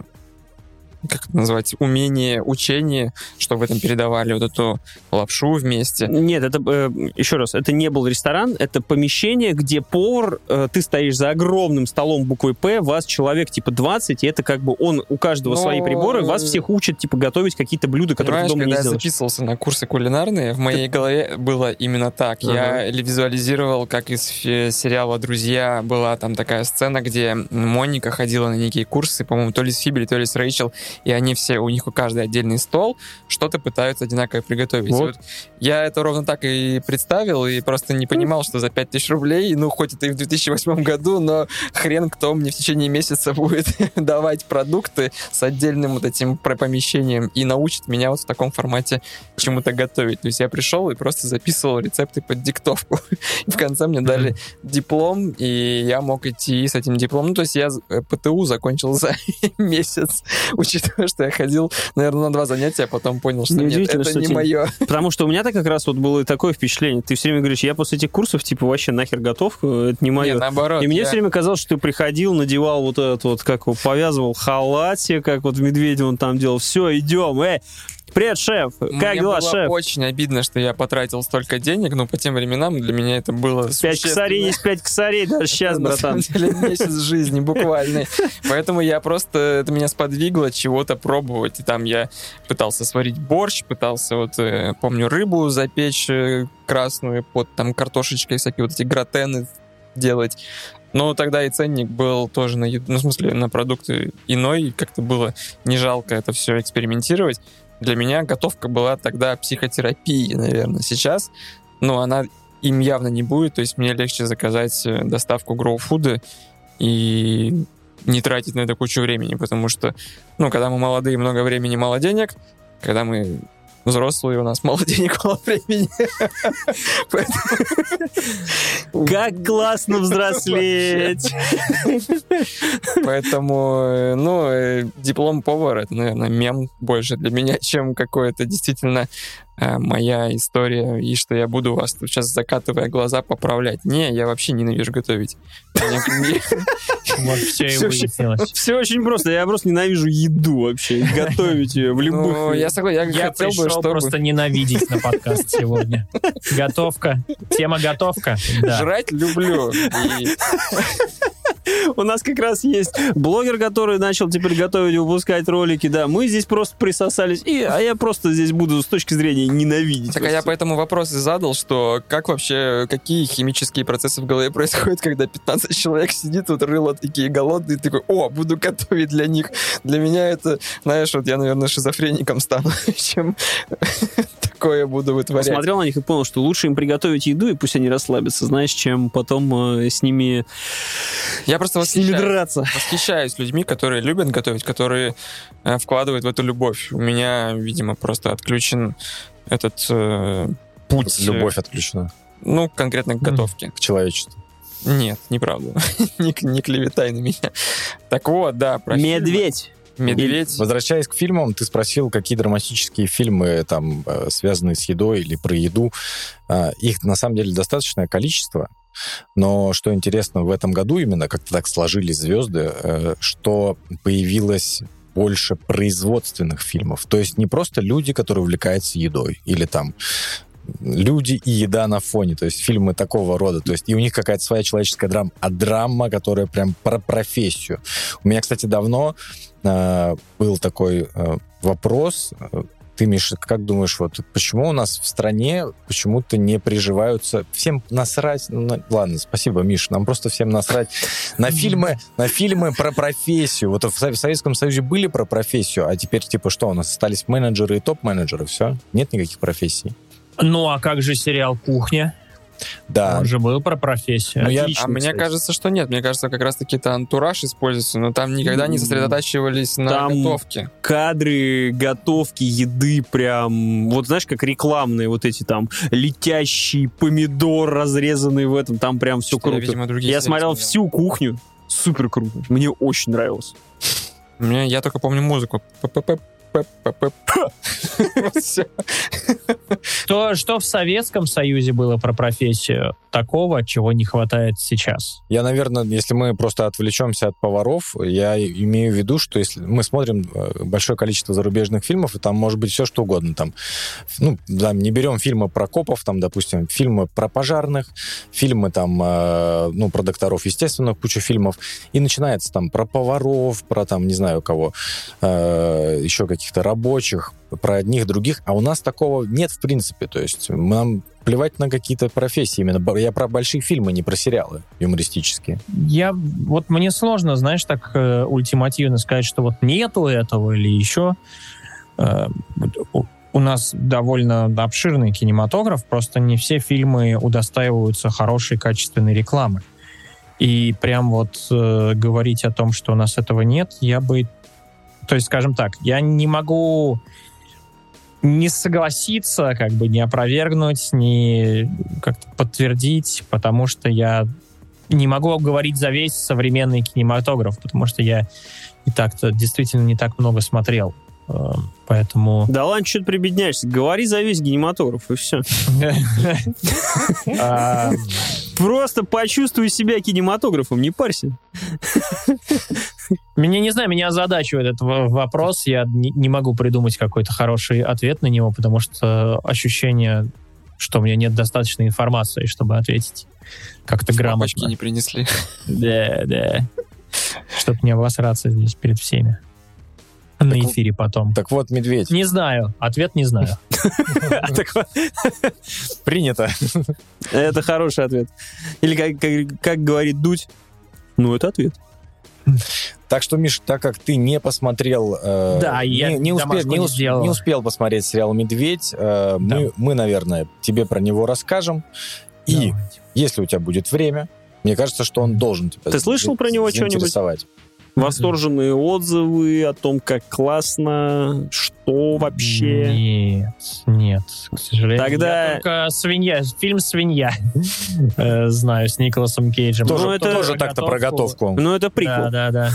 как это назвать, умение, учение, что вы там передавали вот эту лапшу вместе. Нет, это, э, еще раз, это не был ресторан, это помещение, где повар, э, ты стоишь за огромным столом буквой «П», вас человек, типа, двадцать, и это как бы он, у каждого Но- свои приборы, вас всех учат, типа, готовить какие-то блюда, которые Понимаешь, ты дома когда не я сделаешь. записывался на курсы кулинарные, в моей голове было именно так. Я визуализировал, как из фи- сериала «Друзья» была там такая сцена, где Моника ходила на некие курсы, по-моему, то ли с Фиби, то ли с Рэйчел, и они все, у них у каждый отдельный стол, что-то пытаются одинаково приготовить. Вот. И вот я это ровно так и представил, и просто не понимал, что за пять тысяч рублей, ну, хоть это и в две тысячи восьмом году, но хрен кто мне в течение месяца будет давать продукты с отдельным вот этим про- помещением и научит меня вот в таком формате чему-то готовить. То есть я пришел и просто записывал рецепты под диктовку. И в конце мне дали диплом, и я мог идти с этим дипломом. Ну, то есть я э, ПТУ закончил за месяц, учитывая, что я ходил, наверное, на два занятия, а потом понял, что нет, Неудивительно, это что не тебе- мое. Потому что у меня-то как раз вот было такое впечатление. Ты все время говоришь, я после этих курсов, типа, вообще нахер готовка, это не мое. Не, наоборот. И мне я- все время казалось, что ты приходил, надевал вот этот вот, как его, повязывал халат себе, как вот в Медведеве он там делал. Все, идем, эй, привет, шеф, как Мне дела, было шеф? очень обидно, что я потратил столько денег, но по тем временам для меня это было Пять существенно. косарей есть пять косарей даже сейчас, На братан. самом деле месяц жизни буквально. Поэтому я просто... Это меня сподвигло чего-то пробовать. И там я пытался сварить борщ, пытался, вот, э, помню, рыбу запечь э, красную под там картошечкой, всякие вот эти гратены делать. Но тогда и ценник был тоже на еду, ну, в смысле, на продукты иной. И как-то было не жалко это все экспериментировать. Для меня готовка была тогда психотерапией, наверное. Сейчас, но она им явно не будет. То есть мне легче заказать э, доставку гроу-фуда и не тратить на это кучу времени, потому что, ну, когда мы молодые, много времени, мало денег. Когда мы взрослые, у нас мало денег, мало времени. Поэтому- Как классно взрослеть. Поэтому, э, ну, э, диплом повара — это, наверное, мем больше для меня, чем какое-то действительно э, моя история, и что я буду вас тут сейчас, закатывая глаза, поправлять. Не, я вообще ненавижу готовить. Вот все и Всё очень- выяснилось. Все очень просто. Я просто ненавижу еду вообще. Готовить ее в Ну, любых... я согласен, я Я хотел бы, пришел чтобы просто ненавидеть на подкаст сегодня. Готовка. Тема готовка. Да. жрать люблю. И У нас как раз есть блогер, который начал теперь готовить и выпускать ролики, да. Мы здесь просто присосались, и, а я просто здесь буду с точки зрения ненавидеть. Так, а я поэтому вопрос и задал, что как вообще, какие химические процессы в голове происходят, когда пятнадцать человек сидит, вот рыло такие голодные, такой, о, буду готовить для них. Для меня это, знаешь, вот я, наверное, шизофреником стану, чем такое буду вытворять. Посмотрел на них и понял, что лучше им приготовить еду, и пусть они расслабятся, знаешь, чем потом э, с ними, Я просто с ними восхищаюсь, драться. восхищаюсь людьми, которые любят готовить, которые э, вкладывают в эту любовь. У меня, видимо, просто отключен этот э, путь. э, Любовь отключена Ну, конкретно к готовке. к человечеству. Нет, неправда. не, не клеветай на меня. Так вот, да. про фильмы. Медведь. Медведь. Возвращаясь к фильмам, ты спросил, какие драматические фильмы там э, связаны с едой или про еду. А, Их на самом деле достаточное количество. Но что интересно, в этом году именно как-то так сложились звезды, э, что появилось больше производственных фильмов. То есть не просто люди, которые увлекаются едой, или там люди и еда на фоне, то есть фильмы такого рода, то есть и у них какая-то своя человеческая драма, а драма, которая прям про профессию. У меня, кстати, давно э, был такой э, вопрос. Ты, Миша, как думаешь, вот почему у нас в стране почему-то не приживаются... Всем насрать... Ну, ладно, спасибо, Миша, нам просто всем насрать на фильмы, на фильмы про профессию. Вот в Сов- в Советском Союзе были про профессию, а теперь типа что, у нас остались менеджеры и топ-менеджеры, все? Нет никаких профессий? Ну, а как же сериал «Кухня»? Да. Он же был про профессию. Ну, я- Отлично, А мне кстати. кажется, что нет. Мне кажется, как раз-таки это антураж используется, но там никогда не сосредотачивались на Там- готовке. Кадры готовки еды прям, вот знаешь, как рекламные вот эти там летящий помидор, разрезанный в этом, там прям все Что-то я, круто. видимо, другие Я серии смотрел смотрел. всю кухню, супер круто. Мне очень нравилось. Мне, я только помню музыку. П-п-п, п-п-п. Вот всё. Что, что в Советском Союзе было про профессию такого, чего не хватает сейчас? Я, наверное, если мы просто отвлечемся от поваров, я имею в виду, что если мы смотрим э, большое количество зарубежных фильмов, и там может быть все, что угодно. Там, ну, да, не берем фильмы про копов, там, допустим, фильмы про пожарных, фильмы там, э, ну, про докторов, естественно, куча фильмов. И начинается там про поваров, про там, не знаю кого, э, еще каких-то рабочих, про одних, других. А у нас такого нет в принципе. То есть нам плевать на какие-то профессии. Именно я про большие фильмы, не про сериалы юмористические. Я вот мне сложно, знаешь, так э, ультимативно сказать, что вот нету этого или еще. Э, у, у нас довольно обширный кинематограф, просто не все фильмы удостаиваются хорошей качественной рекламы. И прям вот э, говорить о том, что у нас этого нет, я бы... То есть, скажем так, я не могу не согласиться, как бы не опровергнуть, не как-то подтвердить, потому что я не могу говорить за весь современный кинематограф, потому что я и так-то действительно не так много смотрел. Э, Поэтому... Да ладно, что ты прибедняешься? Говори за весь кинематограф, и все. А, Просто почувствуй себя кинематографом, не парься. Меня, не знаю, меня озадачивает этот в- вопрос. Я не, не могу придумать какой-то хороший ответ на него, потому что ощущение, что у меня нет достаточной информации, чтобы ответить как-то Папочки грамотно. не принесли. Да, да. Чтобы не обосраться здесь перед всеми. На Так вот- эфире потом. Так вот, медведь. Не знаю. Ответ не знаю. Так вот, Принято. это хороший ответ. Или как, как- как говорит Дудь, ну, это ответ. Так что, Миш, так как ты не посмотрел... э, Да, не, я не, успел, домашку не, не ус- сделал. не успел посмотреть сериал «Медведь», э, мы, мы, наверное, тебе про него расскажем. И Давайте. если у тебя будет время, мне кажется, что он должен тебя Ты слышал про него что-нибудь? заинтересовать. Восторженные отзывы о том, как классно, что вообще. Нет, нет, к сожалению. Тогда- Я только «Свинья», фильм «Свинья» э, знаю, с Николасом Кейджем. Тоже, Ну, это- тоже так-то про готовку. Ну, это прикол. Да, да, да.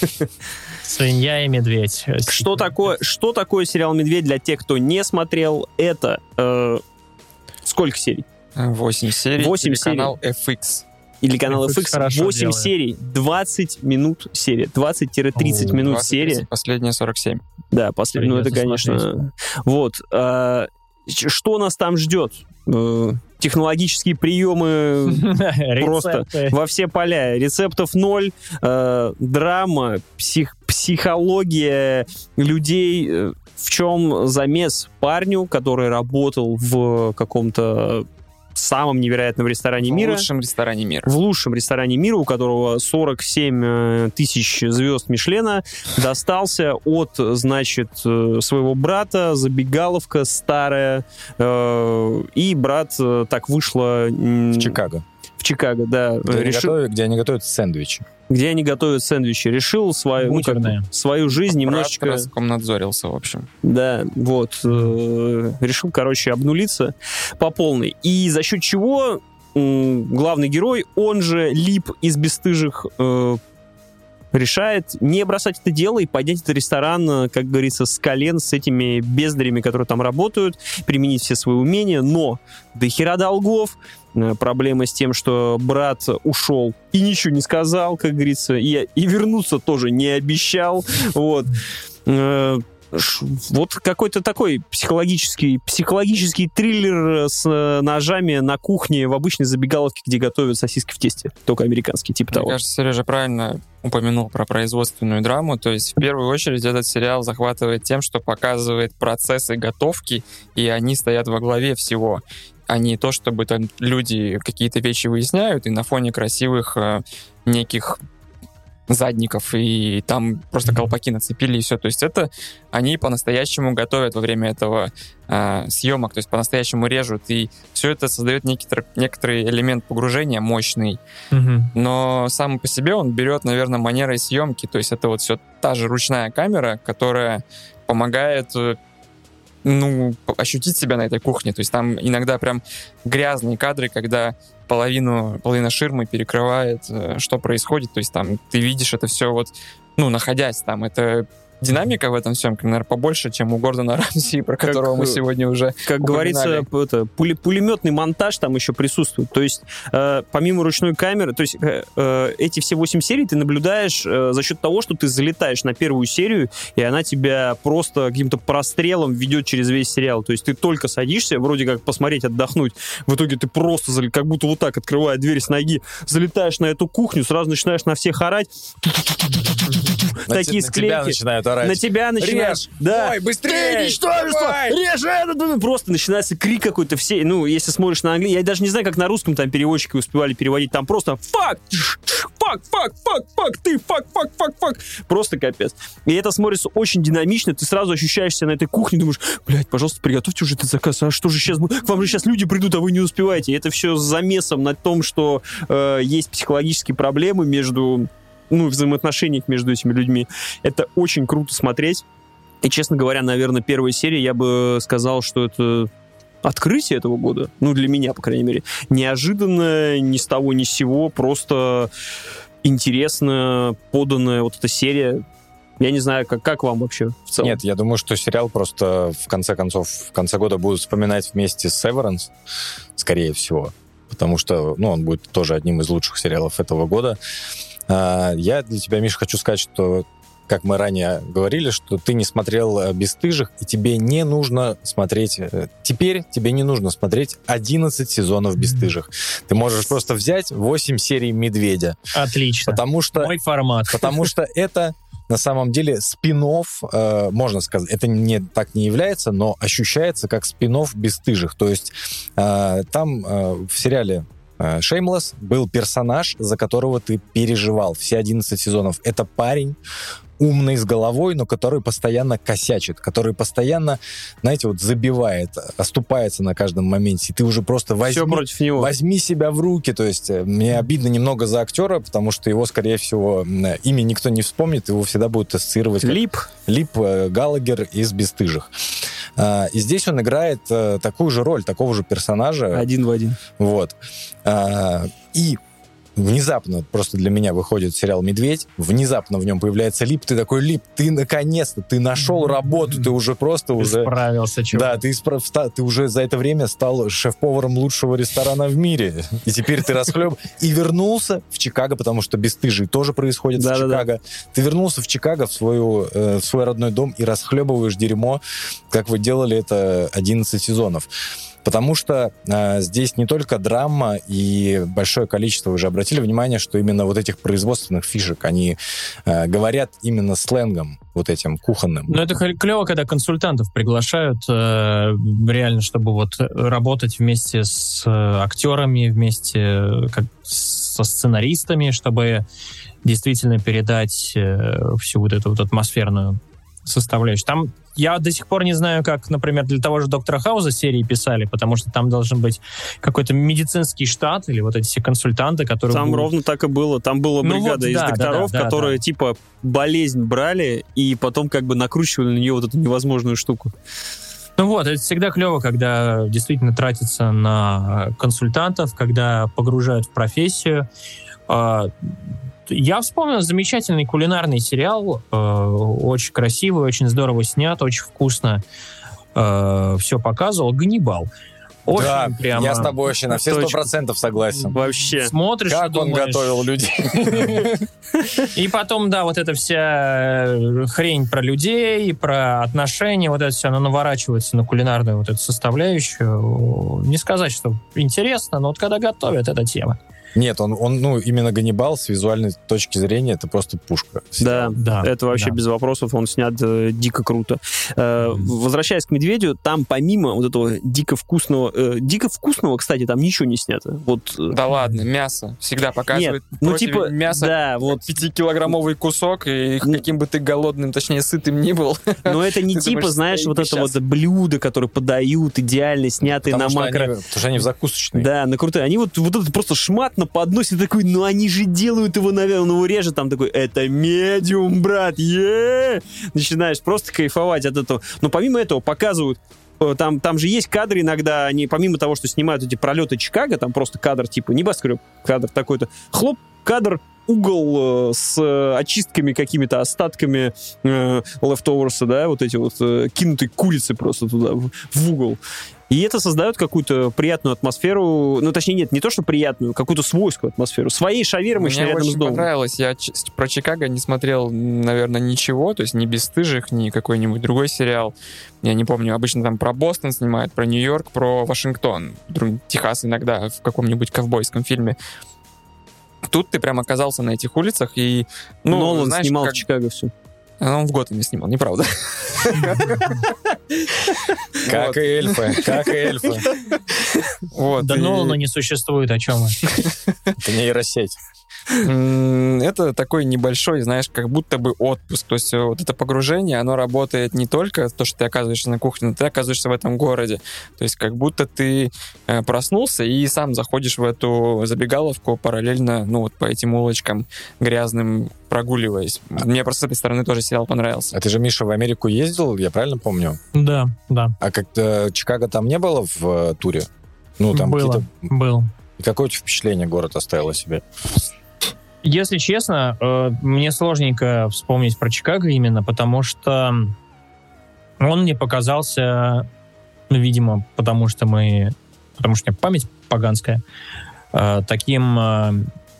«Свинья и медведь». Что такое, что такое сериал «Медведь» для тех, кто не смотрел? Это э, сколько серий? Восемь серий. Восемь Телеканал эф икс. Или канал эф эф икс? икс хорошо восемь делает. серий, двадцать минут серия. двадцать-тридцать О, минут двадцать, серия. тридцать, Последняя сорок семь. Да, последний. Ну, это, Придется конечно... Вот. э, ч- Что нас там ждет? Э, Технологические приемы просто Рецепты. во все поля. Рецептов ноль, э, драма, псих, психология людей. Э, В чем замес парню, который работал в каком-то самом невероятном ресторане В мира? лучшем ресторане мира. В лучшем ресторане мира, у которого сорок семь э, тысяч звезд Мишлена, достался от, значит, э, своего брата, забегаловка старая, э, и брат э, так вышло... м, В Чикаго. В Чикаго, да. Где, они решил- готовят, где они готовят сэндвичи. где они готовят сэндвичи. Решил свою, ну, как бы, Бутерные. свою жизнь немножечко... Брат раскомнадзорился, в общем. Да, вот. э, решил, короче, обнулиться по полной. И за счет чего м, главный герой, он же Лип из «Бесстыжих», э, решает не бросать это дело и поднять этот ресторан, э, как говорится, с колен, с этими бездарями, которые там работают, применить все свои умения, но до хера долгов, э, проблема с тем, что брат ушел и ничего не сказал, как говорится, и, и вернуться тоже не обещал, вот. Э, ш- Вот какой-то такой психологический, психологический триллер с э, ножами на кухне в обычной забегаловке, где готовят сосиски в тесте, только американские, типа Мне того. кажется, Сережа правильно упомянул про производственную драму. То есть, в первую очередь, этот сериал захватывает тем, что показывает процессы готовки, и они стоят во главе всего. А не то, чтобы там люди какие-то вещи выясняют, и на фоне красивых э, неких задников, и там просто колпаки нацепили, и все. То есть это они по-настоящему готовят во время этого э, съемок, то есть по-настоящему режут, и все это создает некий, некоторый элемент погружения мощный. Мгм. Но сам по себе он берет, наверное, манерой съемки, то есть это вот все та же ручная камера, которая помогает э, ну, ощутить себя на этой кухне. То есть там иногда прям грязные кадры, когда половину, половина ширмы перекрывает, э, что происходит. То есть там ты видишь это все вот, ну, находясь там. Это динамика в этом всем, наверное, побольше, чем у Гордона Рамси, про Как, которого мы сегодня уже Как упоминали. говорится, это, пуле- пулеметный монтаж там еще присутствует. То есть, э, помимо ручной камеры, то есть э, э, эти все восемь серий ты наблюдаешь э, за счет того, что ты залетаешь на первую серию, и она тебя просто каким-то прострелом ведет через весь сериал. То есть ты только садишься, вроде как посмотреть, отдохнуть, в итоге ты просто, зал- как будто вот так, открывая дверь с ноги, залетаешь на эту кухню, сразу начинаешь на всех орать. На Такие те- на тебя склейки. начинают орать. На тебя начинают... Режь! Да. Ой, быстрее! Ты ничтожество! Давай! Режь это! Просто начинается крик какой-то. Все, ну, если смотришь на английский, я даже не знаю, как на русском там переводчики успевали переводить. Там просто фак! Фак, фак, фак, фак, ты, фак, фак, фак, фак. Просто капец. И это смотрится очень динамично. Ты сразу ощущаешь себя на этой кухне, думаешь, блядь, пожалуйста, приготовьте уже этот заказ. А что же сейчас будет? К вам же сейчас люди придут, а вы не успеваете. И это все с замесом на том, что э, есть психологические проблемы между... ну, взаимоотношениях между этими людьми. Это очень круто смотреть. И, честно говоря, наверное, первая серия, я бы сказал, что это открытие этого года. Ну, для меня, по крайней мере. Неожиданно, ни с того, ни с сего. Просто интересно поданная вот эта серия. Я не знаю, как, как вам вообще в целом? Нет, я думаю, что сериал просто в конце концов, в конце года будут вспоминать вместе с Severance, скорее всего. Потому что, ну, он будет тоже одним из лучших сериалов этого года. Я для тебя, Миша, хочу сказать, что, как мы ранее говорили, что ты не смотрел «Бесстыжих», и тебе не нужно смотреть... Теперь тебе не нужно смотреть одиннадцать сезонов «Бесстыжих». Ты можешь просто взять восемь серий «Медведя». Отлично. Потому что, Мой формат. потому что это... На самом деле спин-офф, э, можно сказать, это не, так не является, но ощущается как спин-офф «Бесстыжих». То есть э, там э, в сериале Shameless был персонаж, за которого ты переживал все одиннадцать сезонов. Это парень, умный с головой, но который постоянно косячит, который постоянно, знаете, вот забивает, оступается на каждом моменте. И ты уже просто возьми, Все против него. возьми себя в руки. То есть мне обидно немного за актера, потому что его, скорее всего, имя никто не вспомнит, его всегда будут ассоциировать как Лип. Лип Галагер из «Бесстыжих». И здесь он играет такую же роль, такого же персонажа. Один в один. Вот. И внезапно просто для меня выходит сериал «Медведь», внезапно в нем появляется Лип, ты такой, Лип, ты наконец-то, ты нашел работу, ты уже просто Ты уже... справился, чувак. Да, ты, исправ... ты уже за это время стал шеф-поваром лучшего ресторана в мире, и теперь ты расхлеб... И вернулся в Чикаго, потому что «Бесстыжие» тоже происходит Да, в да, Чикаго. да. Ты вернулся в Чикаго, в, свою, э, в свой родной дом, и расхлебываешь дерьмо, как вы делали это одиннадцать сезонов. Потому что э, здесь не только драма и большое количество, вы же обратили внимание, что именно вот этих производственных фишек, они э, говорят именно сленгом, вот этим кухонным. Ну, это клево, когда консультантов приглашают э, реально, чтобы вот работать вместе с э, актерами, вместе э, как, со сценаристами, чтобы действительно передать э, всю вот эту вот атмосферную составляющую. Там я до сих пор не знаю, как, например, для того же «Доктора Хауса» серии писали, потому что там должен быть какой-то медицинский штат или вот эти все консультанты, которые... Там будут... ровно так и было. Там была Ну бригада вот, из да, докторов, да, да, которые да. типа болезнь брали и потом как бы накручивали на нее вот эту невозможную штуку. Ну вот, это всегда клево, когда действительно тратится на консультантов, когда погружают в профессию. Я вспомнил замечательный кулинарный сериал, очень красивый, очень здорово снят, очень вкусно все показывал. «Ганнибал». Очень да, прямо... я с тобой вообще на все сто процентов согласен. Вообще. Смотришь, Как он думаешь... готовил людей. И потом, да, вот эта вся хрень про людей, про отношения, вот это все, оно наворачивается на кулинарную вот эту составляющую. Не сказать, что интересно, но вот когда готовят, эта тема. Нет, он, он, ну, именно Ганнибал с визуальной точки зрения это просто пушка. Да, Да, это вообще да. без вопросов, он снят э, дико круто. Э, возвращаясь к «Медведю», там помимо вот этого дико вкусного... Э, дико вкусного, кстати, там ничего не снято. Вот, э, Да ладно, мясо всегда показывают. Нет, ну противень типа, мяса, да, вот. пятикилограммовый кусок, и Ну, каким бы ты голодным, точнее, сытым ни был. Но это не Ты типа, думаешь, знаешь, стоит вот это сейчас. вот блюдо, которое подают, идеально снятые Потому на что, макро... они, потому что они в закусочной. Да, на крутые. Они вот, вот этот просто шмат на подносе такой, ну они же делают его, наверное, он его режет, там такой, это медиум, брат, е Начинаешь просто кайфовать от этого. Но помимо этого показывают, э, там, там же есть кадры иногда, они помимо того, что снимают эти пролеты Чикаго, там просто кадр типа небоскреб, кадр такой-то, хлоп, кадр, угол э, с э, очистками какими-то, остатками э, leftovers, да, вот эти вот э, кинутые курицы просто туда, в, в угол. И это создает какую-то приятную атмосферу, ну, точнее, нет, не то, что приятную, какую-то свойскую атмосферу. Своей шавермочной Мне рядом с очень домом. понравилось. Я ч- про Чикаго не смотрел, наверное, ничего, то есть ни «Бесстыжих», ни какой-нибудь другой сериал. Я не помню, обычно там про Бостон снимают, про Нью-Йорк, про Вашингтон, друг- Техас иногда в каком-нибудь ковбойском фильме. Тут ты прям оказался на этих улицах, и... Ну, Нолан знаешь, снимал как- в Чикаго все. А он в Готэме снимал, неправда. Как Вот. и эльфы, как и эльфы. Вот, Да и- Нолана не существует, о чем вы? Это нейросеть. М, Это такой небольшой, знаешь, как будто бы отпуск. То есть э, вот это погружение, оно работает не только то, что ты оказываешься на кухне, но ты оказываешься в этом городе. То есть как будто ты э, проснулся и сам заходишь в эту забегаловку параллельно, ну вот по этим улочкам грязным прогуливаясь. Мне просто с этой стороны тоже сериал понравился. А ты же, Миша, в Америку ездил, я правильно помню? Да, да. А как-то Чикаго там не было в э, туре? Ну, там Было, какие-то... был. И какое у тебя впечатление город оставил о себе? Если честно, э, мне сложненько вспомнить про Чикаго именно, потому что он мне показался, ну, видимо, потому что мы, потому что у меня память поганская, э, таким э,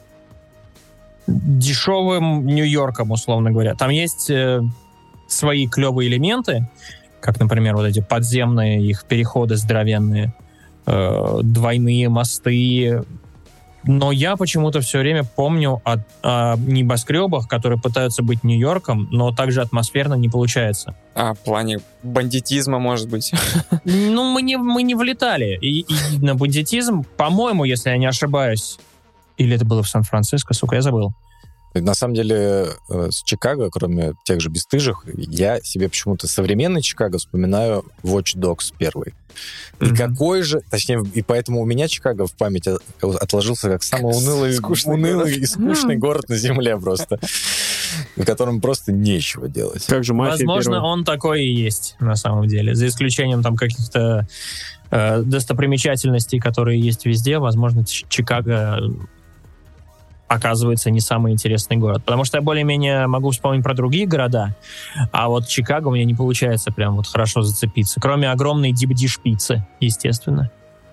дешевым Нью-Йорком, условно говоря. Там есть э, свои клевые элементы, как, например, вот эти подземные их переходы здоровенные, э, двойные мосты. Но я почему-то все время помню о, о небоскребах, которые пытаются быть Нью-Йорком, но также атмосферно не получается. А в плане бандитизма, может быть. Ну, мы не, мы не влетали. И, и на бандитизм, по-моему, если я не ошибаюсь, или это было в Сан-Франциско, сука, я забыл. На самом деле, э, с Чикаго, кроме тех же «Бесстыжих», я себе почему-то современный Чикаго вспоминаю Watch Dogs первый. И Мгм. какой же... Точнее, и поэтому у меня Чикаго в памяти отложился как самый унылый, скучный унылый город. и скучный город на земле просто, в котором просто нечего делать. Как же «Мафия» Возможно, первая. он такой и есть, на самом деле. За исключением там каких-то э, достопримечательностей, которые есть везде. Возможно, Ч- Чикаго оказывается не самый интересный город. Потому что я более-менее могу вспомнить про другие города, а вот Чикаго у меня не получается прям вот хорошо зацепиться. Кроме огромной дипдиш-пиццы, естественно.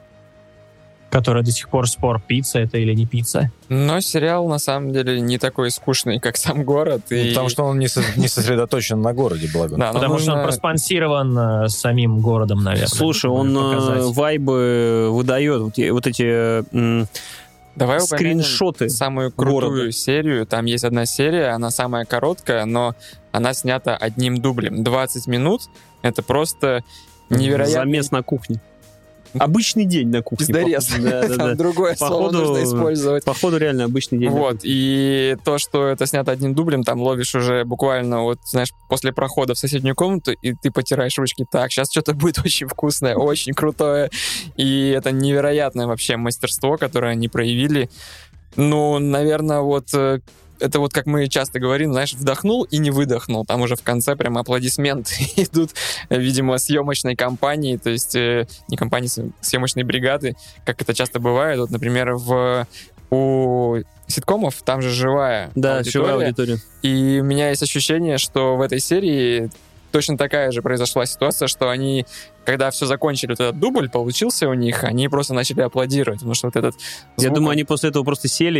Которая до сих пор спор, пицца это или не пицца. Но сериал, на самом деле, не такой скучный, как сам город. Ну, и- потому что он не, со- не сосредоточен на городе, благо. Да, но Потому что он нужно- проспонсирован э, самим городом, наверное. Слушай, он Показать. э, вайбы выдает. Вот, е- вот эти м, Давай упомянем скриншоты. самую крутую города. серию. Там есть одна серия, она самая короткая, но она снята одним дублем. двадцать минут. Это просто невероятно. Замес на кухне. Обычный день на кухне. Пиздорез. походу. Да, да, Там да. другое слово Походу- нужно использовать. Походу, реально обычный день. на Вот, и то, что это снято одним дублем, там ловишь уже буквально, вот, знаешь, после прохода в соседнюю комнату, и ты потираешь ручки, так, сейчас что-то будет очень вкусное, очень крутое, и это невероятное вообще мастерство, которое они проявили. Ну, наверное, вот э, это вот как мы часто говорим, знаешь, вдохнул и не выдохнул. Там уже в конце прям аплодисменты идут, э, видимо, съемочной компании, то есть э, не компании, с- съемочной бригады, как это часто бывает. Вот, например, в у ситкомов там же живая Да, аудитория. живая аудитория. И у меня есть ощущение, что в этой серии точно такая же произошла ситуация, что они, когда все закончили, вот этот дубль получился у них, они просто начали аплодировать, потому что вот этот Я звук, думаю, они после этого просто сели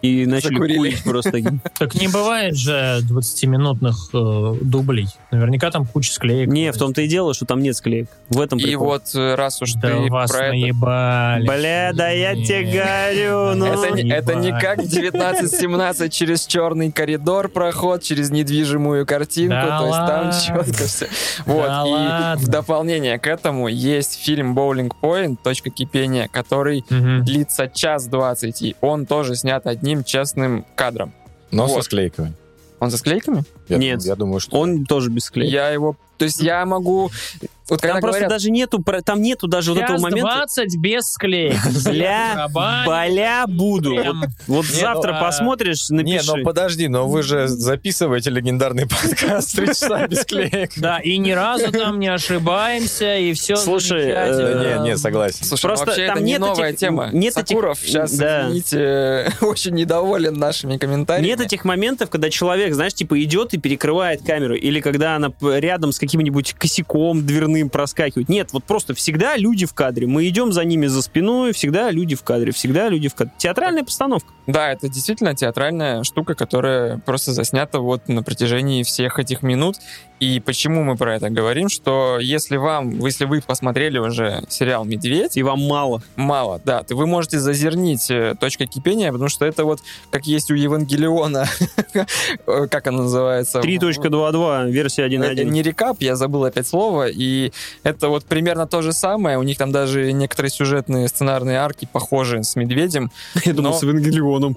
и начали Закурили. курить просто. Так не бывает же двадцатиминутных э, дублей. Наверняка там куча склеек. Не, в том-то и дело, что там нет склеек. В этом И прикол. вот э, раз уж Да ты вас про это... наебали. Бля, да я Не. тебе говорю, ну... Это, не- это не Ебать. как девятнадцать семнадцать через черный коридор проход, через недвижимую картинку, Да то есть там ладно. четко все. Вот, Да и ладно. в дополнение к этому есть фильм «Боулинг Пойнт. Точка кипения», который Мгм. длится час двадцать, и он тоже снят одним честным кадром. Но со Вот. склейками. Он со склейками? Я, Нет. Я думаю, что... Он тоже без склеек. Я его... То есть я могу... Вот когда Там просто говорят, даже нету, про- там нету даже вот этого Час момента. двадцать без склеек. Бля, Барабан. Боля буду. Прям. Вот, вот Не, завтра ну, посмотришь, Не, напиши. ну подожди, но вы же записываете легендарный подкаст «Три часа без клеек». Да, и ни разу там не ошибаемся, и все Слушай, э, Да не, не, согласен. слушай, Просто вообще там это не нет новая этих- тема. нет этих- Сакуров сейчас, да. извините, очень недоволен нашими комментариями. Нет этих моментов, когда человек, знаешь, типа идет и перекрывает камеру, или когда она п- рядом с каким-нибудь косяком дверным проскакивает. Нет, вот просто всегда люди в кадре. Мы идем за ними за спиной, всегда люди в кадре, всегда люди в кадре. Театральная постановка. Да, это действительно театральная штука, которая просто заснята вот на протяжении всех этих минут. И почему мы про это говорим, что если вам, если вы посмотрели уже сериал «Медведь», И вам мало. мало, да, то вы можете зазернить э, «Точка кипения», потому что это вот как есть у Евангелиона, э, как она называется? три точка два два, версия один точка Это один. не рекап, я забыл опять слово, и это вот примерно то же самое. У них там даже некоторые сюжетные сценарные арки похожи с «Медведем». Я думал, но- с Евангелионом.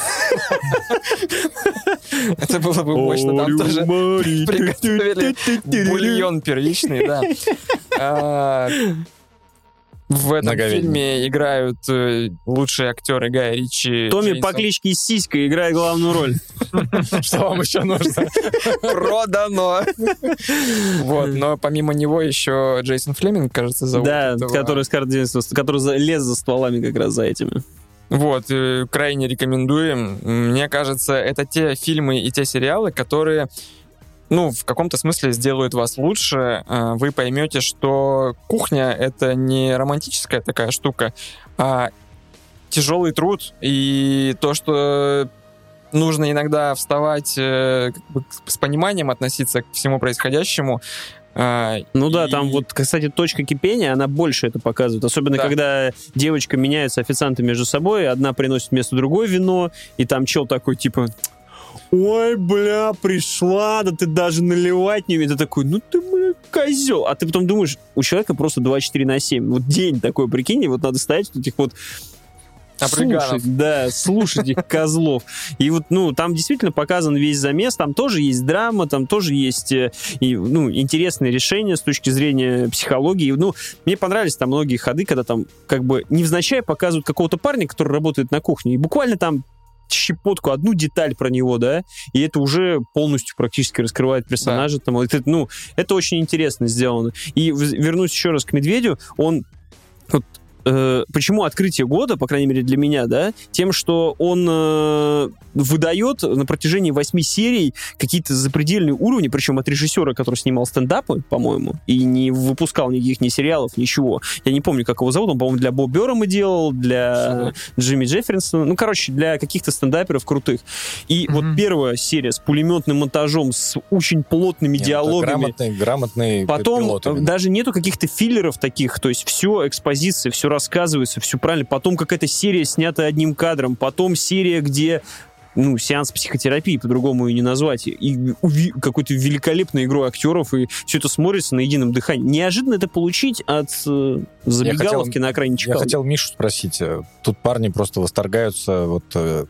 Это было бы мощно. Там тоже приготовили бульон первичный, да. А, В этом Наговядина. фильме играют э, лучшие актеры Гая Ричи. Томми Джейсон. по кличке Сиська играет главную роль. Что вам еще нужно? Продано. Вот, но помимо него еще Джейсон Флеминг, кажется, зовут. Да, этого. который, Скарлетт, который за- лез за стволами как раз за этими. Вот, э, крайне рекомендуем. Мне кажется, это те фильмы и те сериалы, которые, ну, в каком-то смысле сделают вас лучше. Э, Вы поймете, что кухня — это не романтическая такая штука, а тяжелый труд. И то, что нужно иногда вставать э, как бы с пониманием относиться к всему происходящему. А, Ну да, и- там вот, кстати, точка кипения, она больше это показывает. Особенно, Да. когда девочка меняется официанты между собой, одна приносит вместо другой вино, и там чел такой, типа, ой, бля, пришла, да ты даже наливать не умеешь. Ты такой, ну ты, бля, козел. А ты потом думаешь, у человека просто двадцать четыре на семь. Вот день такой, прикинь, и вот надо стоять вот этих вот Абриганов. слушать, да, слушать их козлов. И вот, ну, там действительно показан весь замес, там тоже есть драма, там тоже есть, э, и, ну, интересные решения с точки зрения психологии. Ну, мне понравились там многие ходы, когда там как бы невзначай показывают какого-то парня, который работает на кухне, и буквально там щепотку, одну деталь про него, да, и это уже полностью практически раскрывает персонажа. Там, это, ну, это очень интересно сделано. И в- вернусь еще раз к «Медведю», он вот, э, почему открытие года, по крайней мере для меня, да, тем, что он э, выдает на протяжении восьми серий какие-то запредельные уровни, причем от режиссера, который снимал стендапы, по-моему, и не выпускал никаких ни сериалов, ничего. Я не помню, как его зовут, он, по-моему, для Бо Бёррома делал, для Джимми Джефферсона, ну, короче, для каких-то стендаперов крутых. И Мгм. вот первая серия с пулеметным монтажом, с очень плотными Нет, это диалогами, Грамотный, грамотный потом пилот э, именно. даже нету каких-то филлеров таких, то есть все экспозиция, все рассказывается, все правильно. Потом какая-то серия снята одним кадром, потом серия, где ну, сеанс психотерапии, по-другому и не назвать, и уви- какой-то великолепной игрой актеров, и все это смотрится на едином дыхании. Неожиданно это получить от э, забегаловки хотел- на окраине Я Чикаго. хотел Мишу спросить. э, Тут парни просто восторгаются вот э,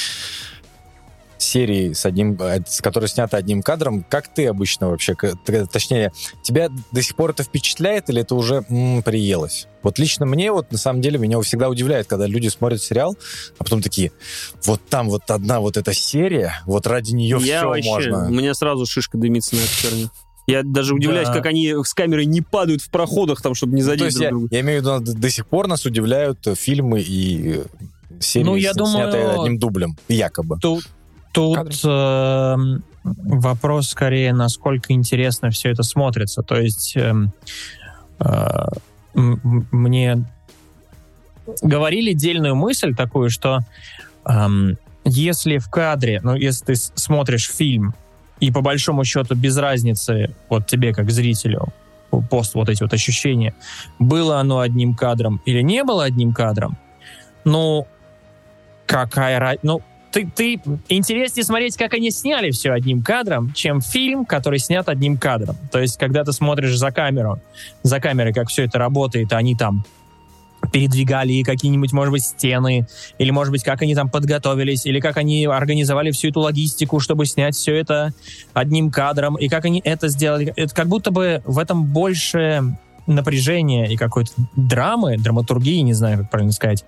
серией, с одним, э, с которой снята одним кадром. Как ты обычно вообще, к- т- точнее, тебя до сих пор это впечатляет или это уже м, приелось? Вот лично мне, вот на самом деле, меня всегда удивляет, когда люди смотрят сериал, а потом такие, вот там вот одна вот эта серия, вот ради нее Я все вообще, можно. у меня сразу шишка дымится на эту херню. Я даже удивляюсь, Да. как они с камерой не падают в проходах, там, чтобы не Ну, то задеть есть друг я, друга. я имею в виду, до, до сих пор нас удивляют э, фильмы и э, серии, Ну, я с- думаю, снятые одним дублем, якобы. Тут, тут э, вопрос скорее, насколько интересно все это смотрится. То есть эм, э, м- м- мне говорили дельную мысль такую, что эм, если в кадре, ну, если ты смотришь фильм, и по большому счету без разницы вот тебе как зрителю, пост вот эти вот ощущения, было оно одним кадром или не было одним кадром, ну, какая разница? Ну, ты, ты интереснее смотреть, как они сняли все одним кадром, чем фильм, который снят одним кадром. То есть, когда ты смотришь за камеру, за камерой, как все это работает, они там передвигали какие-нибудь, может быть, стены, или, может быть, как они там подготовились, или как они организовали всю эту логистику, чтобы снять все это одним кадром, и как они это сделали. Это как будто бы в этом больше напряжения и какой-то драмы, драматургии, не знаю, как правильно сказать,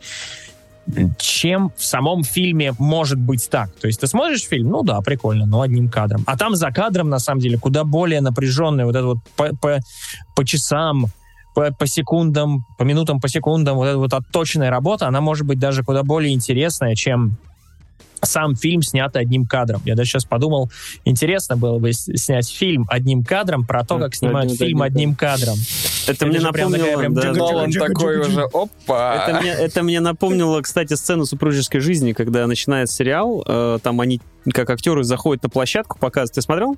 чем в самом фильме может быть так. То есть ты смотришь фильм, ну да, прикольно, но одним кадром. А там за кадром, на самом деле, куда более напряженный, вот это вот по, по, по часам, по, по секундам, по минутам, по секундам, вот эта вот отточенная работа, она может быть даже куда более интересная, чем сам фильм, снятый одним кадром. Я даже сейчас подумал, интересно было бы снять фильм одним кадром про то, как снимают один, фильм один, одним кадром. Это, это мне напомнило... Прям, да, Нолан такой уже, опа! Это мне, это мне напомнило, кстати, сцену супружеской жизни, когда начинается сериал, э, там они, как актеры, заходят на площадку, показывают. Ты смотрел?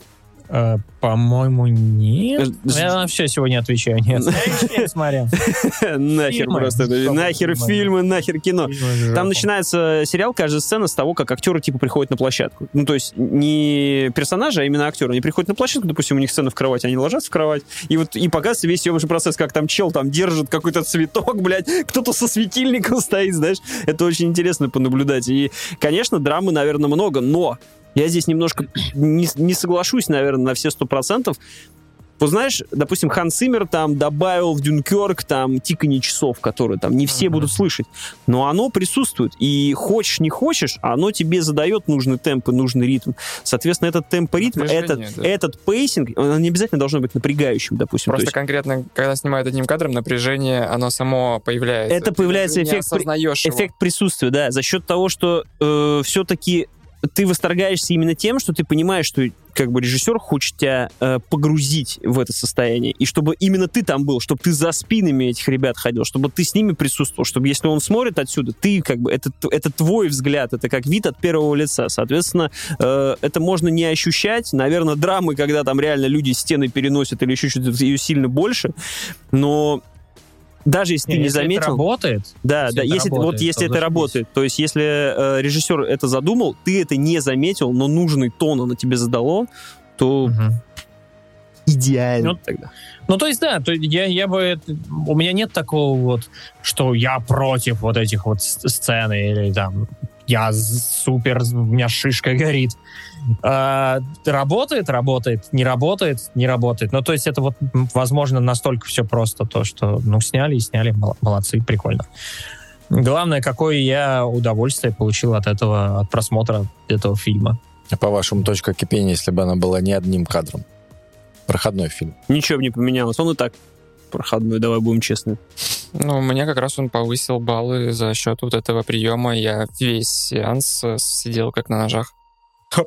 Uh, по-моему, нет. Я на все сегодня отвечаю. Нет, я не смотрел. Нахер просто. Нахер фильмы, нахер кино. Там начинается сериал, каждая сцена с того, как актеры типа приходят на площадку. Ну, то есть не персонажи, а именно актеры. Они приходят на площадку, допустим, у них сцена в кровати, они ложатся в кровать, и вот и показывается весь съемочный процесс, как там чел там держит какой-то цветок, блядь, кто-то со светильником стоит, знаешь. Это очень интересно понаблюдать. И, конечно, драмы, наверное, много, но я здесь немножко не, не соглашусь, наверное, на все сто процентов. Вот знаешь, допустим, Ханс Циммер там добавил в Дюнкерк там тиканье часов, которые там не все uh-huh. будут слышать. Но оно присутствует. И хочешь, не хочешь, оно тебе задает нужный темп и нужный ритм. Соответственно, этот темп и ритм, этот, да. этот пейсинг, оно не обязательно должно быть напрягающим, допустим. Просто есть... конкретно, когда снимают одним кадром, напряжение, оно само появляется. Это появляется эффект, эффект присутствия, да, за счет того, что э, все-таки ты восторгаешься именно тем, что ты понимаешь, что как бы режиссер хочет тебя э, погрузить в это состояние, и чтобы именно ты там был, чтобы ты за спинами этих ребят ходил, чтобы ты с ними присутствовал, чтобы если он смотрит отсюда, ты как бы, это, это твой взгляд, это как вид от первого лица. Соответственно, э, это можно не ощущать. Наверное, драмы, когда там реально люди стены переносят или еще что-то, ее сильно больше, но даже если не, ты не если заметил... это работает... Да, если да, это если, работает, вот если это зашибись. работает, то есть если э, режиссер это задумал, ты это не заметил, но нужный тон оно тебе задало, то угу. идеально ну, тогда. Ну, то есть, да, то я, я бы... У меня нет такого вот, что я против вот этих вот сцен, или там я супер, у меня шишка горит. А, работает, работает, не работает, не работает. Ну, то есть это вот, возможно, настолько все просто, то, что, ну, сняли и сняли, молодцы, прикольно. Главное, какое я удовольствие получил от этого, от просмотра этого фильма. По-вашему, точка кипения, если бы она была не одним кадром? Проходной фильм. Ничего бы не поменялось. Он и так проходной, давай будем честны. Ну, у меня как раз он повысил баллы за счет вот этого приема. Я весь сеанс сидел как на ножах. Хоп.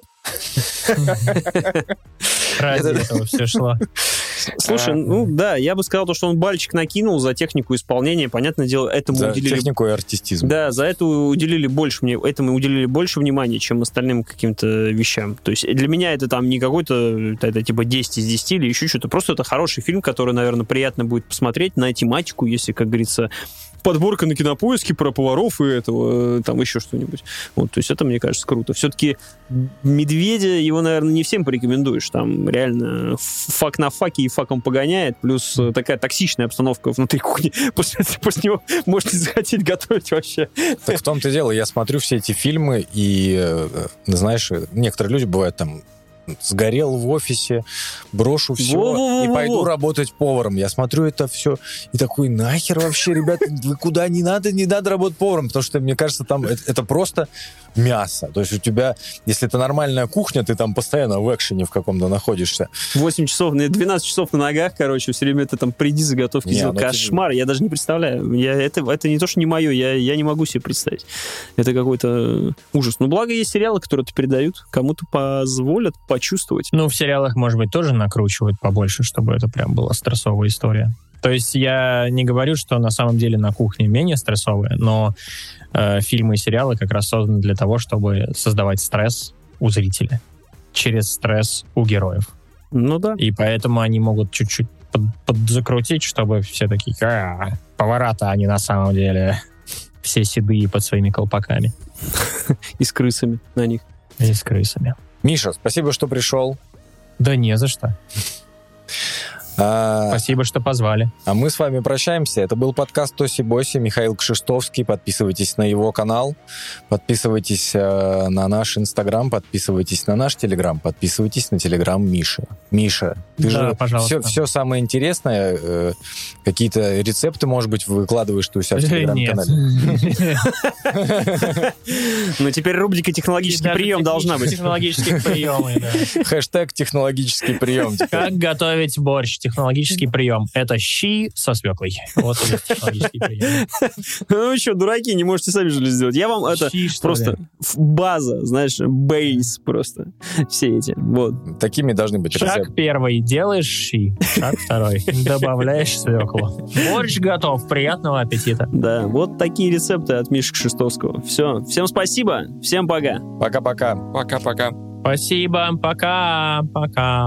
Ради этого все шло. Слушай, ну да, я бы сказал, что он бальчик накинул за технику исполнения. Понятное дело, этому за уделили... технику и артистизм. Да, за это уделили больше, мне, этому уделили больше внимания, чем остальным каким-то вещам. То есть для меня это там не какой-то, это типа десять из десяти или еще что-то. Просто это хороший фильм, который, наверное, приятно будет посмотреть на тематику, если, как говорится, подборка на Кинопоиске про поваров и этого, там еще что-нибудь. Вот, то есть это, мне кажется, круто. Все-таки «Медведя» его, наверное, не всем порекомендуешь. Там реально фак на факе и факом погоняет, плюс такая токсичная обстановка внутри кухни. После, после него можете захотеть готовить вообще. Так в том-то дело, я смотрю все эти фильмы, и, знаешь, некоторые люди бывают там сгорел в офисе, брошу все Во-во-во-во. и пойду работать поваром. Я смотрю это все и такой, нахер вообще, ребята, вы куда не надо, не надо работать поваром, потому что, мне кажется, там это, это просто мясо. То есть у тебя, если это нормальная кухня, ты там постоянно в экшене в каком-то находишься. восемь часов, двенадцать часов на ногах, короче, все время ты там приди заготовки не, сделал. Кошмар, тебе... я даже не представляю. Я, это, это не то, что не мое, я, я не могу себе представить. Это какой-то ужас. Но благо есть сериалы, которые это передают, кому-то позволят почувствовать. Ну, в сериалах, может быть, тоже накручивают побольше, чтобы это прям была стрессовая история. То есть я не говорю, что на самом деле на кухне менее стрессовые, но э, фильмы и сериалы как раз созданы для того, чтобы создавать стресс у зрителя через стресс у героев. Ну да. И поэтому они могут чуть-чуть под, подзакрутить, чтобы все такие, а, повара-то они на самом деле все седые под своими колпаками. И с крысами на них. И с крысами. Миша, спасибо, что пришел. Да не за что. А, Спасибо, что позвали. а мы с вами прощаемся. Это был подкаст Тоси Боси, Михаил Кшиштовский. Подписывайтесь на его канал, подписывайтесь э, на наш Инстаграм, подписывайтесь на наш Телеграм, подписывайтесь на Телеграм Миши. Миша, ты Да, же пожалуйста. все, все самое интересное, э, какие-то рецепты, может быть, выкладываешь ты у себя в Телеграм-канале? Ну, теперь рубрика «Технологический прием» должна быть. Технологические приемы, да. Хэштег «Технологический прием». Как готовить борщ? Технологический прием. Это щи со свеклой. Вот и есть технологический прием. Ну вы что, дураки, не можете сами же сделать. Я вам это Щи, что просто ли? ф- база, знаешь, бейс просто. Все эти. Вот. Такими должны быть Шаг рецепты. первый. Делаешь щи. Шаг второй. Добавляешь свеклу. Борщ готов. Приятного аппетита. Да, вот такие рецепты от Миши Кшиштовского. Все. Всем спасибо. Всем пока. Пока-пока. Пока-пока. Спасибо. Пока. Пока.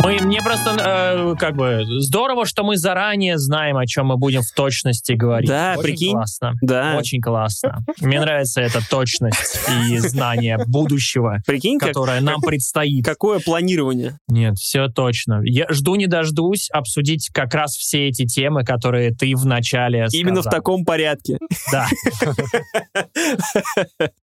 Мы, мне просто э, как бы здорово, что мы заранее знаем, о чем мы будем в точности говорить. Да, Очень прикинь. классно. Да. Очень классно. Мне нравится эта точность и знание будущего, Прикинь, как, которое нам предстоит. какое планирование. Нет, все точно. Я жду не дождусь обсудить как раз все эти темы, которые ты в начале сказал. Именно в таком порядке. Да.